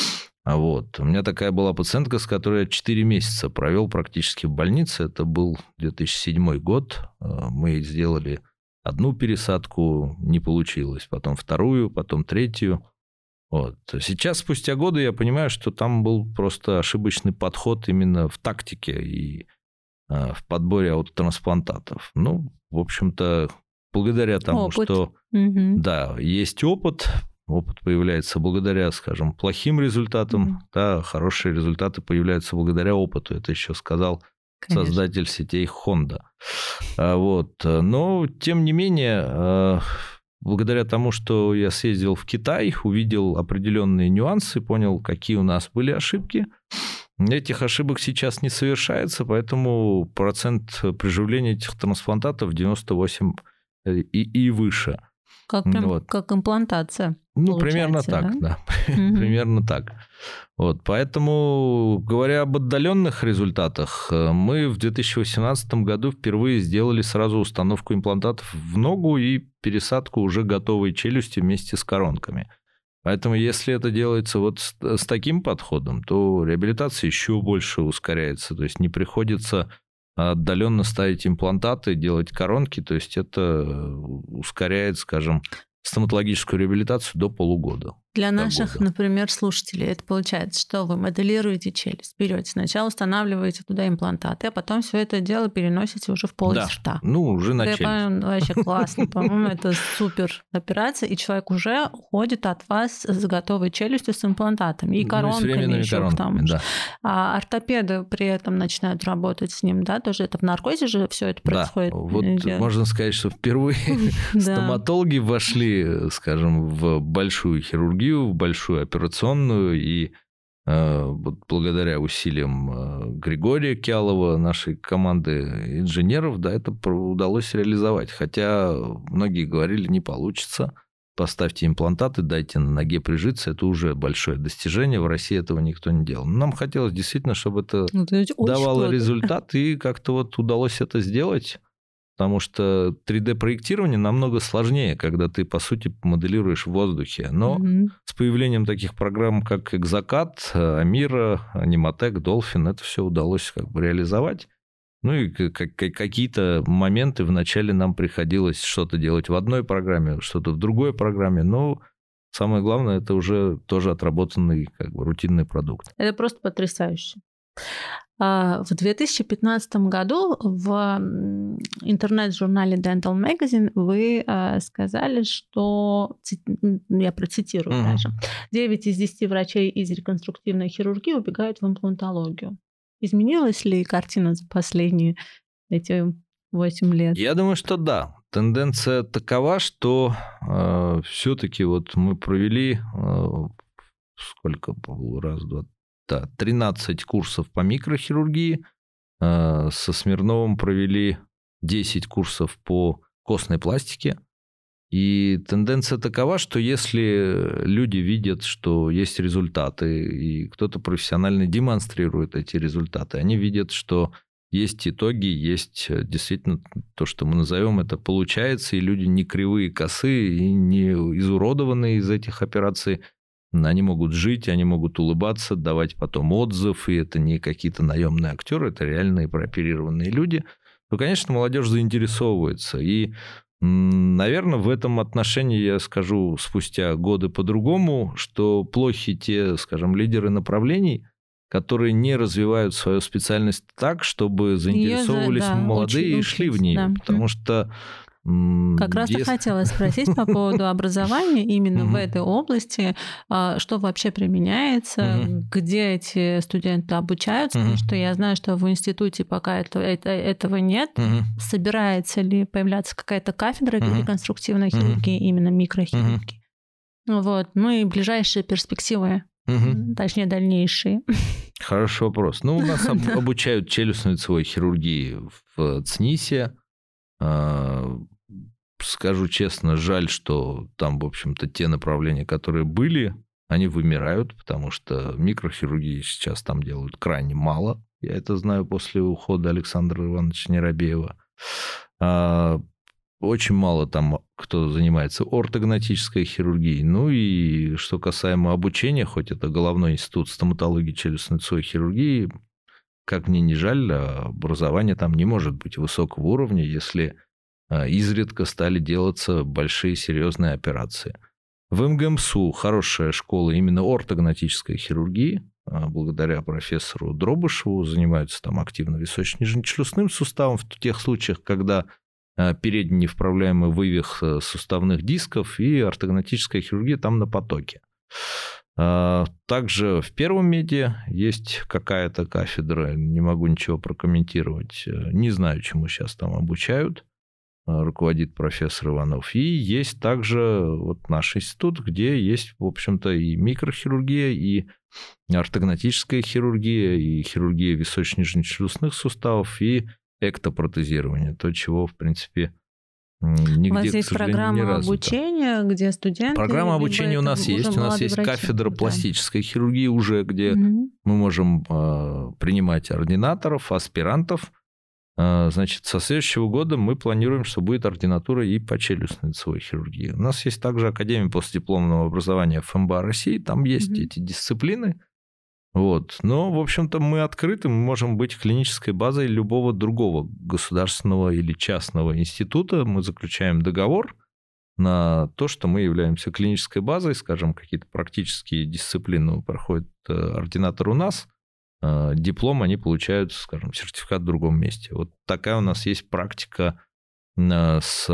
А вот. У меня такая была пациентка, с которой я четыре месяца провел практически в больнице. Это был две тысячи седьмой год. Мы сделали одну пересадку, не получилось. Потом вторую, потом третью. Вот. Сейчас, спустя годы, я понимаю, что там был просто ошибочный подход именно в тактике и в подборе аутотрансплантатов. Ну, в общем-то, благодаря тому, Опыт. что Мгм. да, есть опыт, опыт появляется благодаря, скажем, плохим результатам, Мгм. да, хорошие результаты появляются благодаря опыту. Это еще сказал Конечно. создатель сетей Honda. А Вот. Но, тем не менее, благодаря тому, что я съездил в Китай, увидел определенные нюансы, понял, какие у нас были ошибки. Этих ошибок сейчас не совершается, поэтому процент приживления этих трансплантатов девяносто восемь и, и выше. Как, прям, Вот. как имплантация. Ну, примерно получается, так, да? да. Мгм. Примерно так. Вот, поэтому, говоря об отдаленных результатах, мы в две тысячи восемнадцатом году впервые сделали сразу установку имплантатов в ногу и пересадку уже готовой челюсти вместе с коронками. Поэтому, если это делается вот с, с таким подходом, то реабилитация еще больше ускоряется. То есть не приходится отдаленно ставить имплантаты, делать коронки. То есть это ускоряет, скажем, стоматологическую реабилитацию до полугода. Для до наших, года. например, слушателей это получается, что вы моделируете челюсть, берете, сначала устанавливаете туда имплантаты, а потом все это дело переносите уже в полость Да, рта. ну, уже на Я челюсть. понимаю, вообще классно. По-моему, это супер операция, и человек уже уходит от вас с готовой челюстью с имплантатами и Ну, и с коронками временными еще коронками, потому что. да. А ортопеды при этом начинают работать с ним, да, тоже это в наркозе же все это Да, происходит. вот Или- можно сказать, что впервые Да. стоматологи вошли, скажем, в большую хирургию, в большую операционную, и э, вот благодаря усилиям э, Григория Кялова, нашей команды инженеров, да, это про- удалось реализовать. Хотя многие говорили, не получится. Поставьте имплантаты, дайте на ноге прижиться, это уже большое достижение. В России этого никто не делал. Но нам хотелось действительно, чтобы это Ну, это очень давало круто. результат, и как-то вот удалось это сделать. Потому что три дэ-проектирование намного сложнее, когда ты, по сути, моделируешь в воздухе. Но Мгм. с появлением таких программ, как Экзокад, Амира, Аниматек, Долфин, это все удалось как бы реализовать. Ну и к- к- какие-то моменты вначале нам приходилось что-то делать в одной программе, что-то в другой программе. Но самое главное, это уже тоже отработанный как бы рутинный продукт. Это просто потрясающе. А, В две тысячи пятнадцатом году в м, интернет-журнале Dental Magazine вы а, сказали, что, ци- м, я процитирую Мгм. даже, девять из десяти врачей из реконструктивной хирургии убегают в имплантологию. Изменилась ли картина за последние эти восемь лет? Я думаю, что да. Тенденция такова, что э, все-таки вот мы провели э, сколько было? Раз, два, да, тринадцать курсов по микрохирургии. Э, со Смирновым провели десять курсов по костной пластике. И тенденция такова, что если люди видят, что есть результаты, и кто-то профессионально демонстрирует эти результаты, они видят, что есть итоги, есть действительно то, что мы назовем это получается, и люди не кривые, косые, и не изуродованные из этих операций. Они могут жить, они могут улыбаться, давать потом отзыв, и это не какие-то наемные актеры, это реальные прооперированные люди, то, конечно, молодежь заинтересовывается. И, наверное, в этом отношении я скажу спустя годы по-другому, что плохи те, скажем, лидеры направлений, которые не развивают свою специальность так, чтобы заинтересовывались Её, да, молодые учить, и шли в нее. да. Потому что... Как раз и хотела спросить по поводу образования именно в этой области, что вообще применяется, где эти студенты обучаются, потому что я знаю, что в институте пока это, это, этого нет. Собирается ли появляться какая-то кафедра реконструктивной хирургии, именно микрохирургии? Вот. Ну и ближайшие перспективы, точнее дальнейшие. Хороший вопрос. Ну, у нас обучают челюстно-лицевой хирургии в ЦНИСе. Скажу честно, жаль, что там, в общем-то, те направления, которые были, они вымирают, потому что микрохирургии сейчас там делают крайне мало. Я это знаю после ухода Александра Ивановича Неробеева. Очень мало там кто занимается ортогнатической хирургией. Ну и что касаемо обучения, хоть это головной институт стоматологии челюстно-лицевой хирургии, как мне не жаль, образование там не может быть высокого уровня, если изредка стали делаться большие серьезные операции. В МГМСУ хорошая школа именно ортогнатической хирургии, благодаря профессору Дробышеву, занимаются там активно височно-нижнечелюстным суставом в тех случаях, когда передний невправляемый вывих суставных дисков, и ортогнатическая хирургия там на потоке. Также в первом меде есть какая-то кафедра, не могу ничего прокомментировать, не знаю, чему сейчас там обучают, руководит профессор Иванов. И есть также вот наш институт, где есть, в общем-то, и микрохирургия, и ортогнатическая хирургия, и хирургия височно-нижнечелюстных суставов, и эктопротезирование, то, чего, в принципе, нигде, у вас есть к сожалению, программа не развито. обучения, где студенты... Программа обучения у нас есть. У нас есть врачи. кафедра Да. пластической хирургии уже, где угу. мы можем э, принимать ординаторов, аспирантов. Э, значит, со следующего года мы планируем, что будет ординатура и по челюстно-лицевой хирургии. У нас есть также Академия постдипломного образования эф эм бэ а России. Там есть угу. эти дисциплины. Вот. Но, в общем-то, мы открыты, мы можем быть клинической базой любого другого государственного или частного института. Мы заключаем договор на то, что мы являемся клинической базой, скажем, какие-то практические дисциплины проходит ординатор у нас, диплом они получают, скажем, сертификат в другом месте. Вот такая у нас есть практика с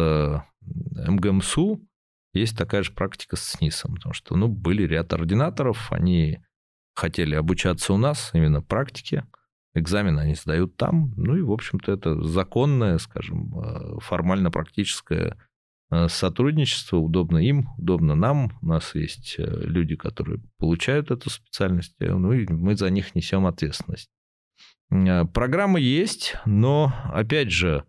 МГМСУ, есть такая же практика с ЦНИСом, потому что, ну, были ряд ординаторов, они... хотели обучаться у нас, именно практике. Экзамены они сдают там. Ну и, в общем-то, это законное, скажем, формально-практическое сотрудничество. Удобно им, удобно нам. У нас есть люди, которые получают эту специальность, ну и мы за них несем ответственность. Программы есть, но, опять же,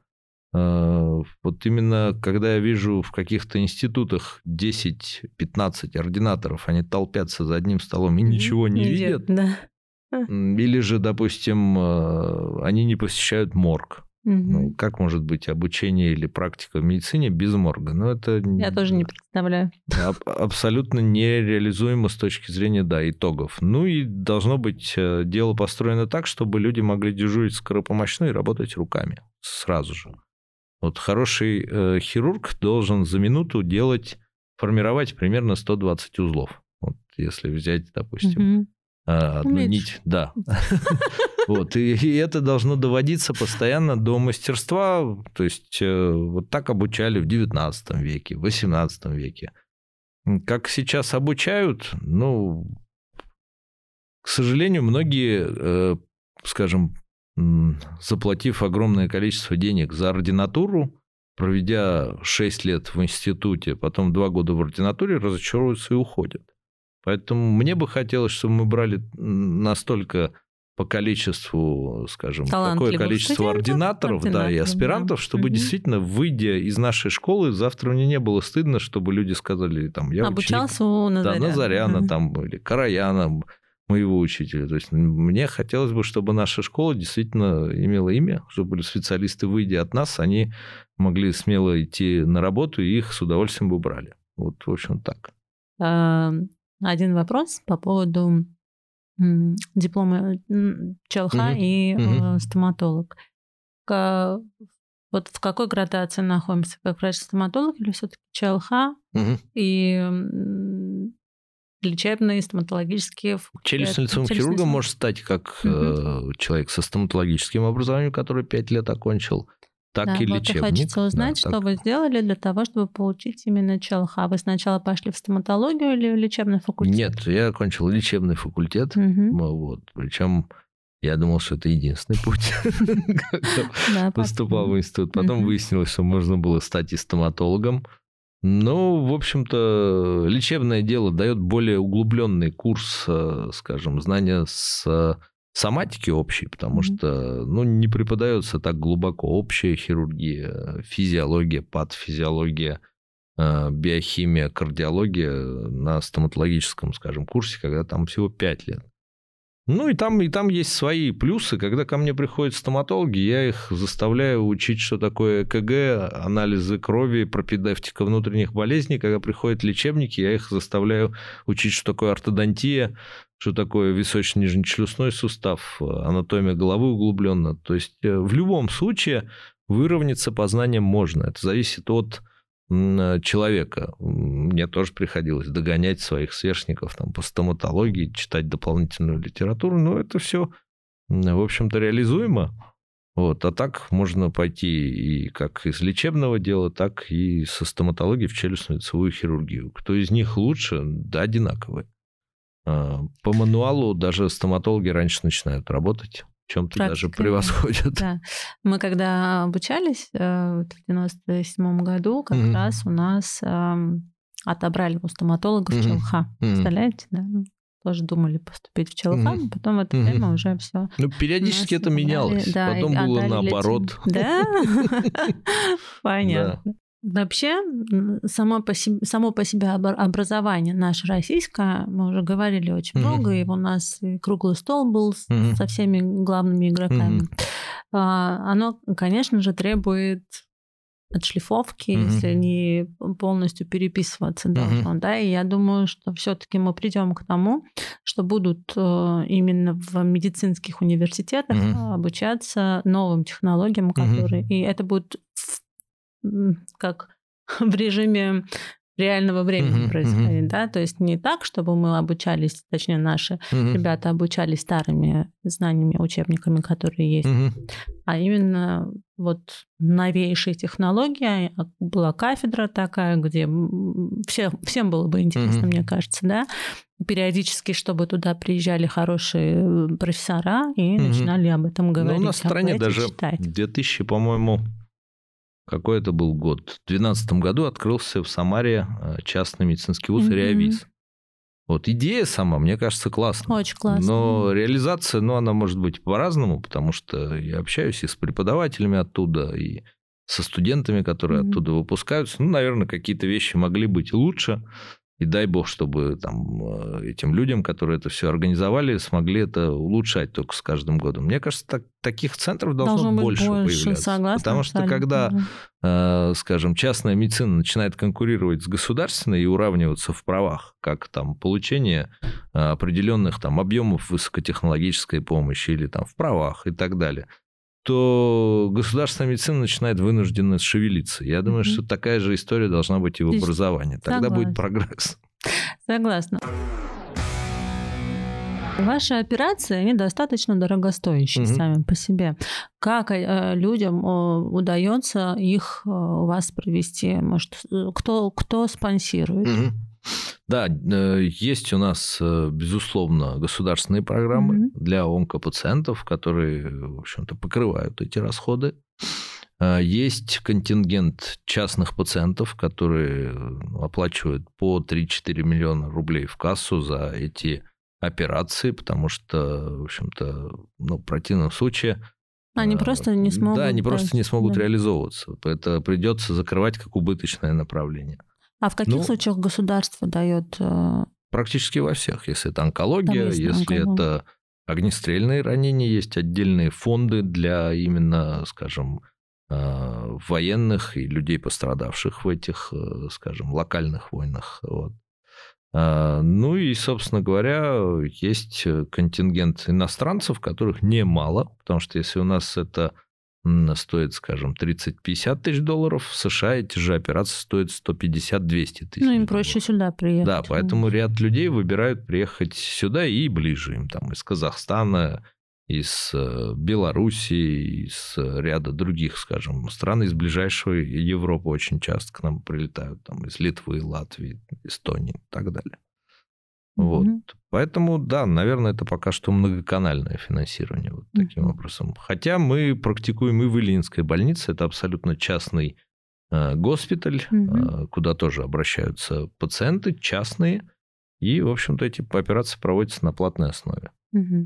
вот именно когда я вижу в каких-то институтах десять-пятнадцать ординаторов, они толпятся за одним столом и ничего не, не видят, да. Или же, допустим, они не посещают морг. Угу. Ну, как может быть обучение или практика в медицине без морга? Ну, это... Я тоже не представляю. Абсолютно нереализуемо с точки зрения, да, итогов. Ну и должно быть дело построено так, чтобы люди могли дежурить скоропомощно и работать руками сразу же. Вот хороший э, хирург должен за минуту делать, формировать примерно сто двадцать узлов. Вот если взять, допустим, угу. одну Умеешь. нить. Да. Вот. И, и это должно доводиться постоянно до мастерства. То есть э, вот так обучали в девятнадцатом веке, в восемнадцатом веке. Как сейчас обучают, ну, к сожалению, многие, э, скажем, заплатив огромное количество денег за ординатуру, проведя шесть лет в институте, потом два года в ординатуре, разочаровываются и уходят. Поэтому мне бы хотелось, чтобы мы брали настолько по количеству, скажем, такое количество ординаторов, да, и аспирантов, да. чтобы угу. действительно, выйдя из нашей школы, завтра мне не было стыдно, чтобы люди сказали, там, я обучался ученик, у Назаряна, да, Назаряна угу. там, или Караяна, моего учителя. То есть мне хотелось бы, чтобы наша школа действительно имела имя, чтобы были специалисты, выйдя от нас, они могли смело идти на работу, и их с удовольствием бы брали. Вот, в общем, так. Один вопрос по поводу диплома ЧЛХ угу. и угу. стоматолог. Вот в какой градации находимся? Как врач-стоматолог или все-таки ЧЛХ угу. и лечебные стоматологические факультеты? Челюстно-лицевым хирургом может стать как угу. человек со стоматологическим образованием, который пять лет окончил, так да, и вот лечебник. И хочется узнать, да, что так. вы сделали для того, чтобы получить именно ЧЛХ. Вы сначала пошли в стоматологию или в лечебный факультет? Нет, я окончил лечебный факультет. Угу. Вот, причем я думал, что это единственный путь, когда поступал в институт. Потом выяснилось, что можно было стать и стоматологом. Ну, в общем-то, лечебное дело дает более углубленный курс, скажем, знания с соматики общей, потому mm-hmm. что ну, не преподается так глубоко общая хирургия, физиология, патофизиология, биохимия, кардиология на стоматологическом, скажем, курсе, когда там всего пять лет. Ну, и там, и там есть свои плюсы. Когда ко мне приходят стоматологи, я их заставляю учить, что такое ЭКГ, анализы крови, пропедевтика внутренних болезней. Когда приходят лечебники, я их заставляю учить, что такое ортодонтия, что такое височно-нижнечелюстной сустав, анатомия головы углубленно. То есть в любом случае выровняться по знаниям можно. Это зависит от человека. Мне тоже приходилось догонять своих сверстников там, по стоматологии, читать дополнительную литературу, но это все, в общем-то, реализуемо. Вот. А так можно пойти и как из лечебного дела, так и со стоматологии в челюстно-лицевую хирургию. Кто из них лучше? Да, одинаковые. По мануалу даже стоматологи раньше начинают работать. В чем-то даже превосходят. Да. Мы когда обучались в девяносто седьмом году, как mm-hmm. раз у нас э, отобрали у стоматологов mm-hmm. ЧЛХ. Mm-hmm. Представляете, да? Тоже думали поступить в ЧЛХ, mm-hmm. но потом в это mm-hmm. время уже все. Ну, периодически это менялось. Да, потом было наоборот. Да? Понятно. Вообще, само по, себе, само по себе образование наше российское, мы уже говорили очень mm-hmm. много, и у нас круглый стол был mm-hmm. со всеми главными игроками. Mm-hmm. Оно, конечно же, требует отшлифовки, mm-hmm. если не полностью переписываться должно. Mm-hmm. Да? И я думаю, что все-таки мы придем к тому, что будут именно в медицинских университетах mm-hmm. обучаться новым технологиям, которые... Mm-hmm. И это будет как в режиме реального времени mm-hmm, происходит, mm-hmm. да, то есть не так, чтобы мы обучались, точнее наши mm-hmm. ребята обучались старыми знаниями, учебниками, которые есть, mm-hmm. а именно вот новейшие технологии. Была кафедра такая, где все, всем было бы интересно, mm-hmm. мне кажется, да, периодически, чтобы туда приезжали хорошие профессора и mm-hmm. начинали об этом говорить. Ну, у нас в стране даже в две тысячи, по-моему, какой это был год? В две тысячи двенадцатом году открылся в Самаре частный медицинский вуз mm-hmm. РИАВИЗ. Вот идея сама, мне кажется, классная. Очень классная. Но реализация, ну, она может быть по-разному, потому что я общаюсь и с преподавателями оттуда, и со студентами, которые mm-hmm. оттуда выпускаются. Ну, наверное, какие-то вещи могли быть лучше. И дай бог, чтобы там, этим людям, которые это все организовали, смогли это улучшать только с каждым годом. Мне кажется, так, таких центров должно, должно больше, больше появляться. Согласна, потому что когда, э, скажем, частная медицина начинает конкурировать с государственной и уравниваться в правах, как там получение определенных там объемов высокотехнологической помощи или там в правах и так далее, то государственная медицина начинает вынужденно шевелиться. Я думаю, mm-hmm. что такая же история должна быть и в образовании. Тогда Согласна. Будет прогресс. Согласна. Ваши операции, они достаточно дорогостоящие mm-hmm. сами по себе. Как э, людям э, удается их э, у вас провести? Может, кто, кто спонсирует? Mm-hmm. Да, есть у нас, безусловно, государственные программы mm-hmm. для онкопациентов, которые, в общем-то, покрывают эти расходы. Есть контингент частных пациентов, которые оплачивают по три-четыре миллиона рублей в кассу за эти операции, потому что, в общем-то, ну, в противном случае... Они просто не смогут... Да, они просто не смогут да. реализовываться. Это придется закрывать как убыточное направление. А в каких ну, случаях государство дает... Практически во всех. Если это онкология, если онкология. это огнестрельные ранения, есть отдельные фонды для именно, скажем, военных и людей, пострадавших в этих, скажем, локальных войнах. Вот. Ну и, собственно говоря, есть контингент иностранцев, которых немало, потому что если у нас это стоит, скажем, тридцать-пятьдесят тысяч долларов, в США эти же операции стоят сто пятьдесят - двести тысяч. Ну, им проще долларов. сюда приехать. Да, поэтому ряд людей выбирают приехать сюда и ближе им, там, из Казахстана, из Белоруссии, из ряда других, скажем, стран, из ближайшего Европы очень часто к нам прилетают, там, из Литвы, Латвии, Эстонии и так далее. Mm-hmm. Вот. Поэтому, да, наверное, это пока что многоканальное финансирование вот таким mm-hmm. образом. Хотя мы практикуем и в Ильинской больнице, это абсолютно частный э, госпиталь, mm-hmm. э, куда тоже обращаются пациенты частные, и, в общем-то, эти операции проводятся на платной основе. Mm-hmm.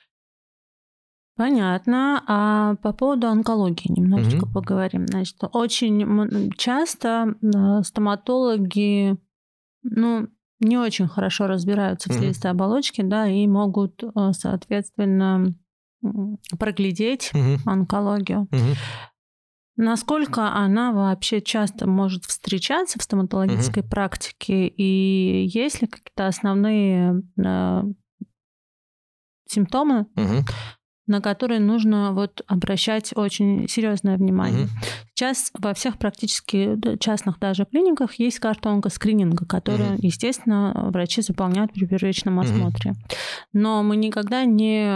Понятно. А по поводу онкологии немножечко mm-hmm. поговорим. Значит, очень часто стоматологи, ну, не очень хорошо разбираются в слизистой mm-hmm. оболочке, да, и могут, соответственно, проглядеть mm-hmm. онкологию. Mm-hmm. Насколько она вообще часто может встречаться в стоматологической mm-hmm. практике, и есть ли какие-то основные э, симптомы, mm-hmm. на которые нужно вот обращать очень серьезное внимание. Mm-hmm. Сейчас во всех практически частных даже клиниках есть карта онкоскрининга, которую, mm-hmm. естественно, врачи заполняют при первичном осмотре. Mm-hmm. Но мы никогда не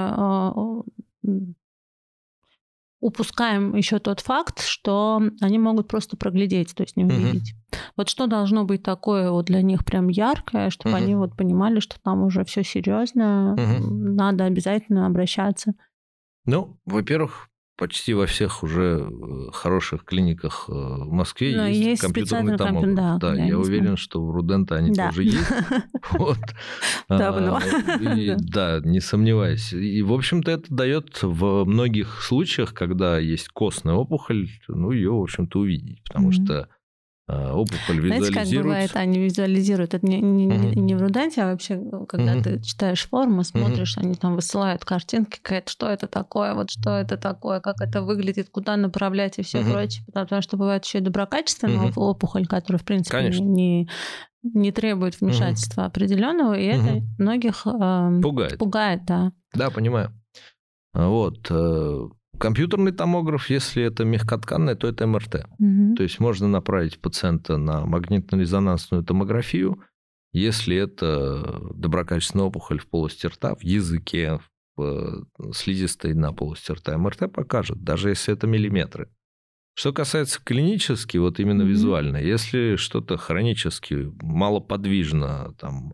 упускаем еще тот факт, что они могут просто проглядеть, то есть не увидеть. Mm-hmm. Вот что должно быть такое вот для них прям яркое, чтобы mm-hmm. они вот понимали, что там уже все серьезно, mm-hmm. надо обязательно обращаться. Ну, во-первых, почти во всех уже хороших клиниках в Москве Но есть, есть компьютерный томограф. Компью... Да, да, я, я уверен, что в Рудента они да. тоже есть. Давно. Да, не сомневаюсь. И, в общем-то, это дает в многих случаях, когда есть костная опухоль, ну, ее, в общем-то, увидеть, потому что опухоль визуализируется. Знаете, как бывает, они визуализируют. Это не, не, uh-huh. не в Руденте, а вообще, когда uh-huh. ты читаешь форму, смотришь, uh-huh. они там высылают картинки, какая-то, что это такое, вот что это такое, как это выглядит, куда направлять и все uh-huh. прочее. Потому что бывает еще и доброкачественная uh-huh. опухоль, которая, в принципе, не, не требует вмешательства uh-huh. определенного, и uh-huh. это многих э, пугает. пугает, да. Да, понимаю. Вот. Компьютерный томограф, если это мягкотканное, то это эм эр тэ. Mm-hmm. То есть можно направить пациента на магнитно-резонансную томографию, если это доброкачественная опухоль в полости рта, в языке, в слизистой на полости рта. эм эр тэ покажет, даже если это миллиметры. Что касается клинически, вот именно mm-hmm. визуально, если что-то хронически малоподвижно, там,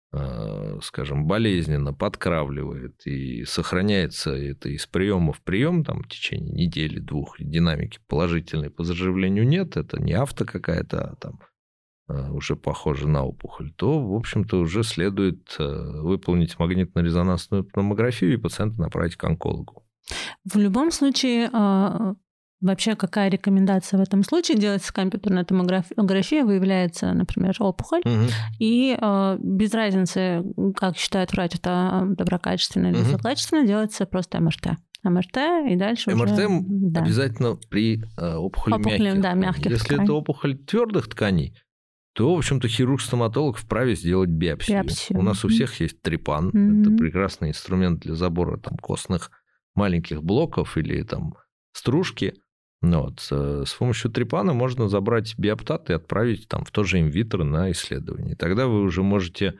скажем, болезненно подкравливает и сохраняется это из приема в прием, там, в течение недели, двух, динамики положительной по заживлению нет, это не авто какая-то, а там уже похоже на опухоль, то, в общем-то, уже следует выполнить магнитно-резонансную томографию и пациента направить к онкологу. В любом случае... Вообще, какая рекомендация в этом случае? Делается компьютерная томография, выявляется, например, опухоль, угу. и э, без разницы, как считает врач, это доброкачественное или угу. злокачественное, делается просто эм эр тэ. эм эр тэ и дальше эм эр тэ уже... Да. обязательно при э, опухоли Опухолем, мягких. Да, мягких Если тканей. это опухоль твердых тканей, то, в общем-то, хирург-стоматолог вправе сделать биопсию. биопсию. У нас у всех есть трепан. Mm-hmm. Это прекрасный инструмент для забора там, костных маленьких блоков или там, стружки. Вот. С помощью трепана можно забрать биоптат и отправить там, в то же инвитро на исследование. Тогда вы уже можете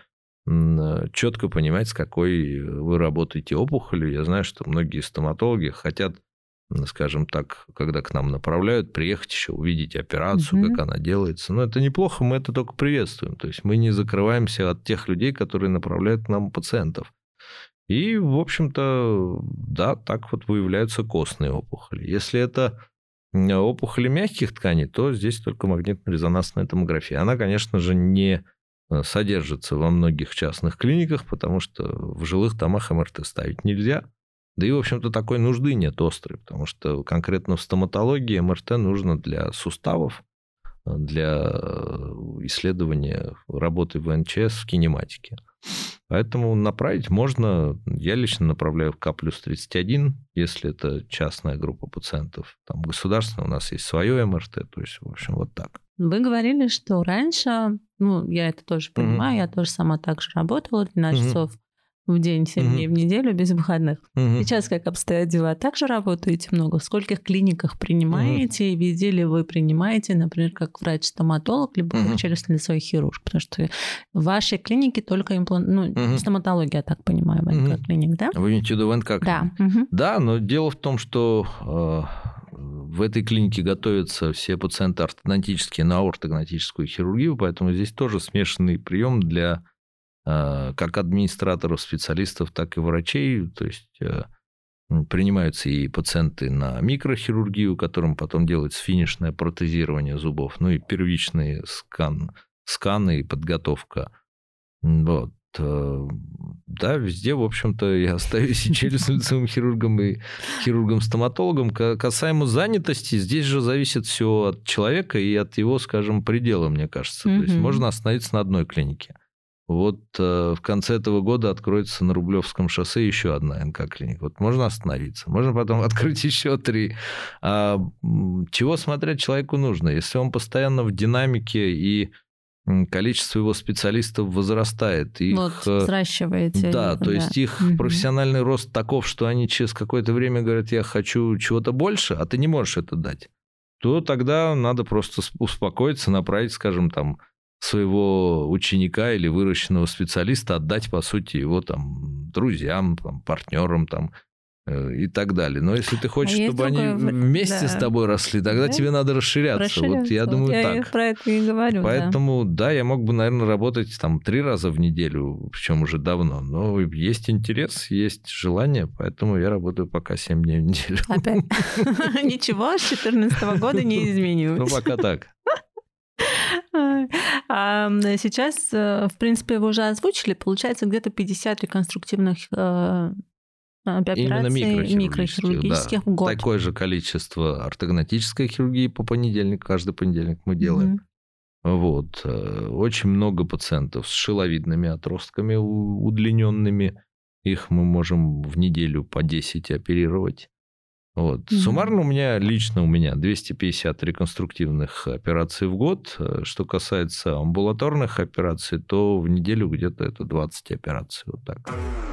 четко понимать, с какой вы работаете опухолью. Я знаю, что многие стоматологи хотят, скажем так, когда к нам направляют, приехать еще увидеть операцию, угу. как она делается. Но это неплохо, мы это только приветствуем. То есть мы не закрываемся от тех людей, которые направляют к нам пациентов. И, в общем-то, да, так вот выявляются костные опухоли. Если это опухоли мягких тканей, то здесь только магнитно-резонансная томография. Она, конечно же, не содержится во многих частных клиниках, потому что в жилых домах эм эр тэ ставить нельзя. Да и, в общем-то, такой нужды нет острой, потому что конкретно в стоматологии эм эр тэ нужно для суставов, для исследования работы в эн че эс в кинематике. Поэтому направить можно, я лично направляю в К плюс тридцать один, если это частная группа пациентов. Там государственная, у нас есть свое эм эр тэ, то есть, в общем, вот так. Вы говорили, что раньше, ну, я это тоже понимаю, mm-hmm. я тоже сама так же работала, двенадцать mm-hmm. часов в день, семь mm-hmm. дней в неделю без выходных. Mm-hmm. Сейчас как обстоят дела? Также работаете много? В скольких клиниках принимаете? Mm-hmm. Везде ли вы принимаете, например, как врач-стоматолог, либо mm-hmm. как челюстно-лицевой хирург? Потому что в вашей клинике только имплант... Ну, mm-hmm. стоматология, я так понимаю, в эн ка клиник, да? Вы имеете в виду в эн ка? Да. Mm-hmm. Да, но дело в том, что э, в этой клинике готовятся все пациенты ортодонтические на ортогнатическую хирургию, поэтому здесь тоже смешанный прием для как администраторов, специалистов, так и врачей. То есть принимаются и пациенты на микрохирургию, которым потом делается финишное протезирование зубов, ну и первичный скан, сканы и подготовка. Вот. Да, везде, в общем-то, я остаюсь и челюстно-лицевым хирургом, и хирургом-стоматологом. Касаемо занятости, здесь же зависит все от человека и от его, скажем, предела, мне кажется. Mm-hmm. То есть можно остановиться на одной клинике. Вот э, в конце этого года откроется на Рублевском шоссе еще одна эн ка клиника. Вот можно остановиться, можно потом открыть еще три. А чего смотреть человеку нужно? Если он постоянно в динамике и количество его специалистов возрастает. Их, вот, взращиваете. Да, то да. есть их угу. профессиональный рост таков, что они через какое-то время говорят, я хочу чего-то больше, а ты не можешь это дать, то тогда надо просто успокоиться, направить, скажем, там, своего ученика или выращенного специалиста, отдать, по сути, его там друзьям, там, партнерам там, э, и так далее. Но если ты хочешь, а чтобы они такое... вместе да. с тобой росли, тогда да? тебе надо расширяться. Вот я думаю, я так. про это и говорю. Поэтому, да. да, я мог бы, наверное, работать там три раза в неделю, причем уже давно. Но есть интерес, есть желание, поэтому я работаю пока семь дней в неделю. Опять? Ничего с две тысячи четырнадцатого года не изменилось. Ну, пока так. А сейчас, в принципе, вы уже озвучили, получается, где-то пятьдесят реконструктивных э, операций микрохирургических, микрохирургических да. в год. Такое же количество ортогнатической хирургии по понедельник, каждый понедельник мы делаем. Mm-hmm. Вот. Очень много пациентов с шиловидными отростками удлиненными. Их мы можем в неделю по десять оперировать. Вот. Mm-hmm. Суммарно у меня, лично у меня двести пятьдесят реконструктивных операций в год. Что касается амбулаторных операций, то в неделю где-то это двадцать операций. Вот так.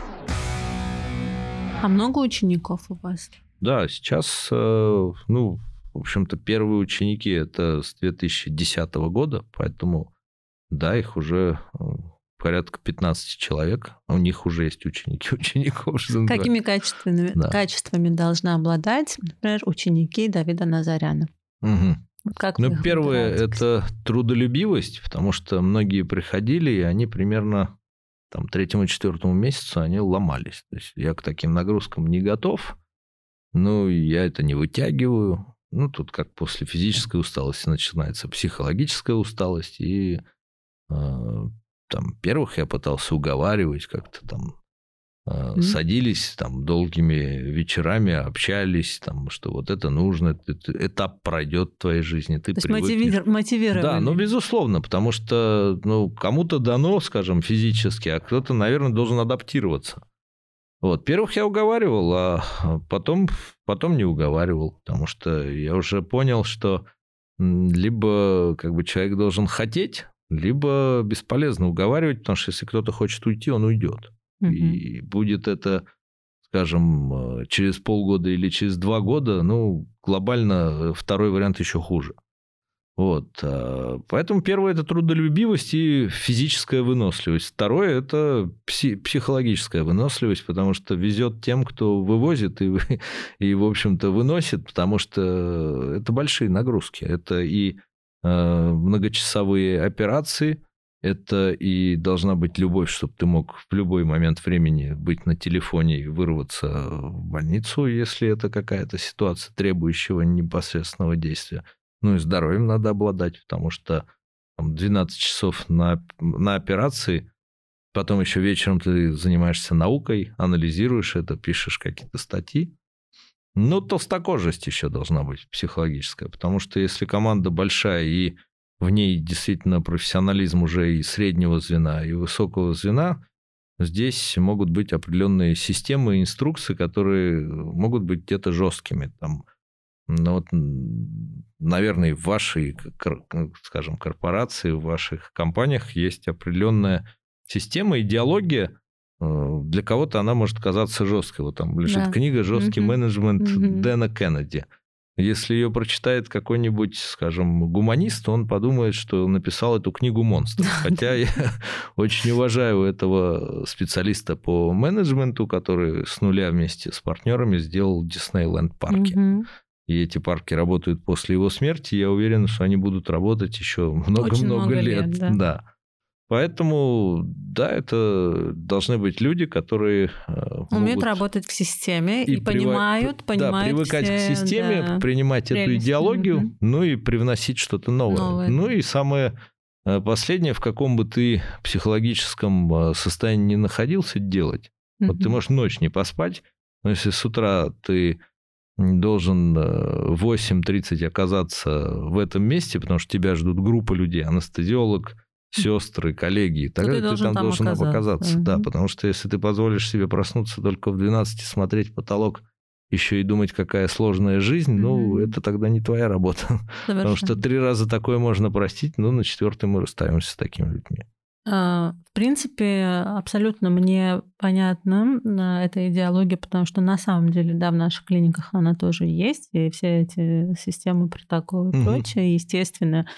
А много учеников у вас? Да, сейчас, ну, в общем-то, первые ученики это с две тысячи десятого года, поэтому, да, их уже... порядка пятнадцать человек, у них уже есть ученики, учеников. Какими качествами, да. качествами должны обладать, например, ученики Давида Назаряна? Угу. Как ну, первое – это трудолюбивость, потому что многие приходили, и они примерно там, третьему-четвертому месяцу они ломались. То есть я к таким нагрузкам не готов, ну, я это не вытягиваю. Ну, тут как после физической усталости начинается психологическая усталость, и... Там, первых я пытался уговаривать, как-то там э, mm-hmm. садились там долгими вечерами, общались, там, что вот это нужно, этот этап пройдет в твоей жизни, ты То есть мотивир... мотивировали. Да, ну, безусловно, потому что ну, кому-то дано, скажем, физически, а кто-то, наверное, должен адаптироваться. Вот. Первых я уговаривал, а потом, потом не уговаривал, потому что я уже понял, что либо как бы человек должен хотеть, либо бесполезно уговаривать, потому что если кто-то хочет уйти, он уйдет. Угу. И будет это, скажем, через полгода или через два года, ну, глобально второй вариант еще хуже. Вот. Поэтому первое – это трудолюбивость и физическая выносливость. Второе – это психологическая выносливость, потому что везет тем, кто вывозит и, и, в общем-то, выносит, потому что это большие нагрузки. Это и многочасовые операции, это и должна быть любовь, чтобы ты мог в любой момент времени быть на телефоне и вырваться в больницу, если это какая-то ситуация, требующего непосредственного действия. Ну и здоровьем надо обладать, потому что там, двенадцать часов на, на операции, потом еще вечером ты занимаешься наукой, анализируешь это, пишешь какие-то статьи. Ну, толстокожесть еще должна быть психологическая, потому что если команда большая и в ней действительно профессионализм уже и среднего звена, и высокого звена, здесь могут быть определенные системы, инструкции, которые могут быть где-то жесткими. Там, ну, вот, наверное, в вашей, скажем, корпорации, в ваших компаниях есть определенная система, идеология. Для кого-то она может казаться жесткой. Вот там лежит да. книга «Жесткий mm-hmm. менеджмент» mm-hmm. Дэна Кеннеди. Если ее прочитает какой-нибудь, скажем, гуманист, он подумает, что написал эту книгу монстр. Хотя я очень уважаю этого специалиста по менеджменту, который с нуля вместе с партнерами сделал Диснейленд парки. Mm-hmm. И эти парки работают после его смерти. Я уверен, что они будут работать еще много-много лет. лет да. Да. Поэтому, да, это должны быть люди, которые умеют работать в системе и, и понимают, прив... понимают да, привыкать все, к системе, да, принимать прелесть. Эту идеологию, угу. ну и привносить что-то новое. новое. Ну и самое последнее, в каком бы ты психологическом состоянии ни находился, делать. Угу. Вот ты можешь ночь не поспать, но если с утра ты должен в восемь тридцать оказаться в этом месте, потому что тебя ждут группа людей, анестезиолог, сестры, коллеги, тогда ты, ты должен там, там должен оказаться. оказаться. Mm-hmm. Да, потому что если ты позволишь себе проснуться только в двенадцать, смотреть в потолок, еще и думать, какая сложная жизнь, mm-hmm. ну, это тогда не твоя работа. Совершенно. Потому что три раза такое можно простить, но на четвертый мы расстаемся с такими людьми. В принципе, абсолютно мне понятна эта идеология, потому что на самом деле, да, в наших клиниках она тоже есть, и все эти системы протоколы и mm-hmm. прочее, естественно,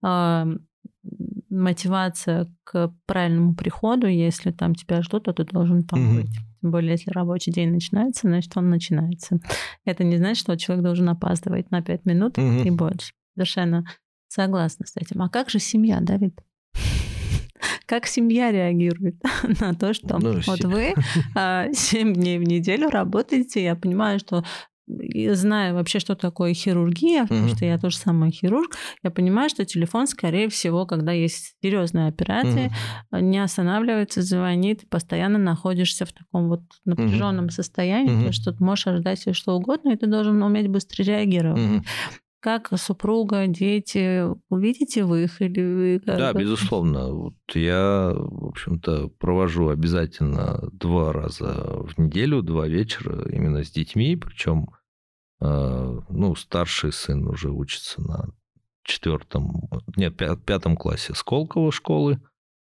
мотивация к правильному приходу, если там тебя ждут, то ты должен там mm-hmm. быть. Тем более, если рабочий день начинается, значит, он начинается. Это не значит, что человек должен опаздывать на пять минут mm-hmm. и больше. Совершенно согласна с этим. А как же семья, Давид? Как семья реагирует на то, что ну, вот семь... вы семь дней в неделю работаете? Я понимаю, что зная вообще, что такое хирургия, потому mm-hmm. что я тоже самая хирург, я понимаю, что телефон, скорее всего, когда есть серьезные операции, mm-hmm. не останавливается, звонит, постоянно находишься в таком вот напряженном mm-hmm. состоянии, mm-hmm. потому что ты можешь ожидать все что угодно, и ты должен уметь быстро реагировать. Mm-hmm. Как супруга, дети, увидите вы их или вы как? Да, безусловно. Вот я, в общем-то, провожу обязательно два раза в неделю, два вечера именно с детьми, причем ну, старший сын уже учится на четвертом, нет, пятом классе Сколково школы,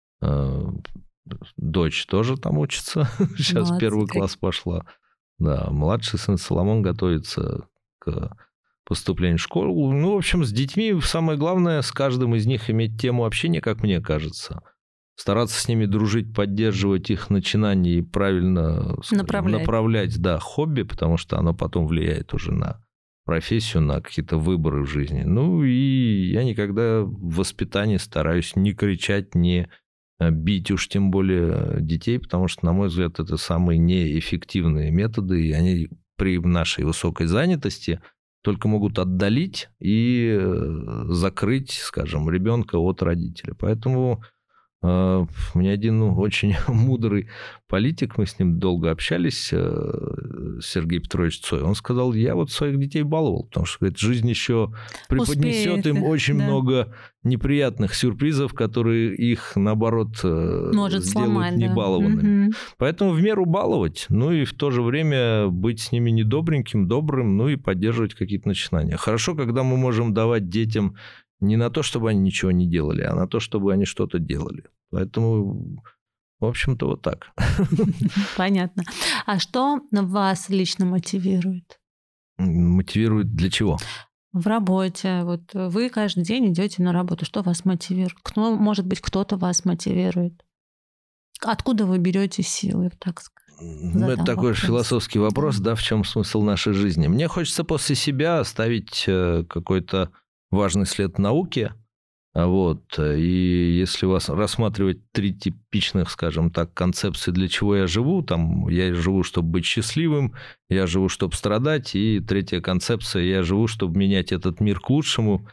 дочь тоже там учится, сейчас Молодцы. Первый класс пошла, да, младший сын Соломон готовится к поступлению в школу. Ну, в общем, с детьми самое главное с каждым из них иметь тему общения, как мне кажется. Стараться с ними дружить, поддерживать их начинания и правильно направлять. направлять, да, хобби, потому что оно потом влияет уже на профессию, на какие-то выборы в жизни. Ну, и я никогда в воспитании стараюсь не кричать, не бить уж тем более детей, потому что, на мой взгляд, это самые неэффективные методы, и они при нашей высокой занятости только могут отдалить и закрыть, скажем, ребенка от родителя. Поэтому у меня один ну, очень мудрый политик, мы с ним долго общались, Сергей Петрович Цой, он сказал, я вот своих детей баловал, потому что говорит, жизнь еще преподнесет им очень да. много неприятных сюрпризов, которые их, наоборот, может сделают сломать, небалованными. Да. Поэтому в меру баловать, ну и в то же время быть с ними недобреньким, добрым, ну и поддерживать какие-то начинания. Хорошо, когда мы можем давать детям не на то, чтобы они ничего не делали, а на то, чтобы они что-то делали. Поэтому, в общем-то, вот так. Понятно. А что вас лично мотивирует? Мотивирует для чего? В работе. Вот вы каждый день идете на работу. Что вас мотивирует? Кто, может быть, кто-то вас мотивирует? Откуда вы берете силы, так сказать? Ну, это такой вопрос. Философский вопрос, да, в чем смысл нашей жизни. Мне хочется после себя оставить какой-то важный след науки. Вот. И если вас рассматривать три типичных, скажем так, концепции, для чего я живу, там я живу, чтобы быть счастливым, я живу, чтобы страдать, и третья концепция, я живу, чтобы менять этот мир к лучшему,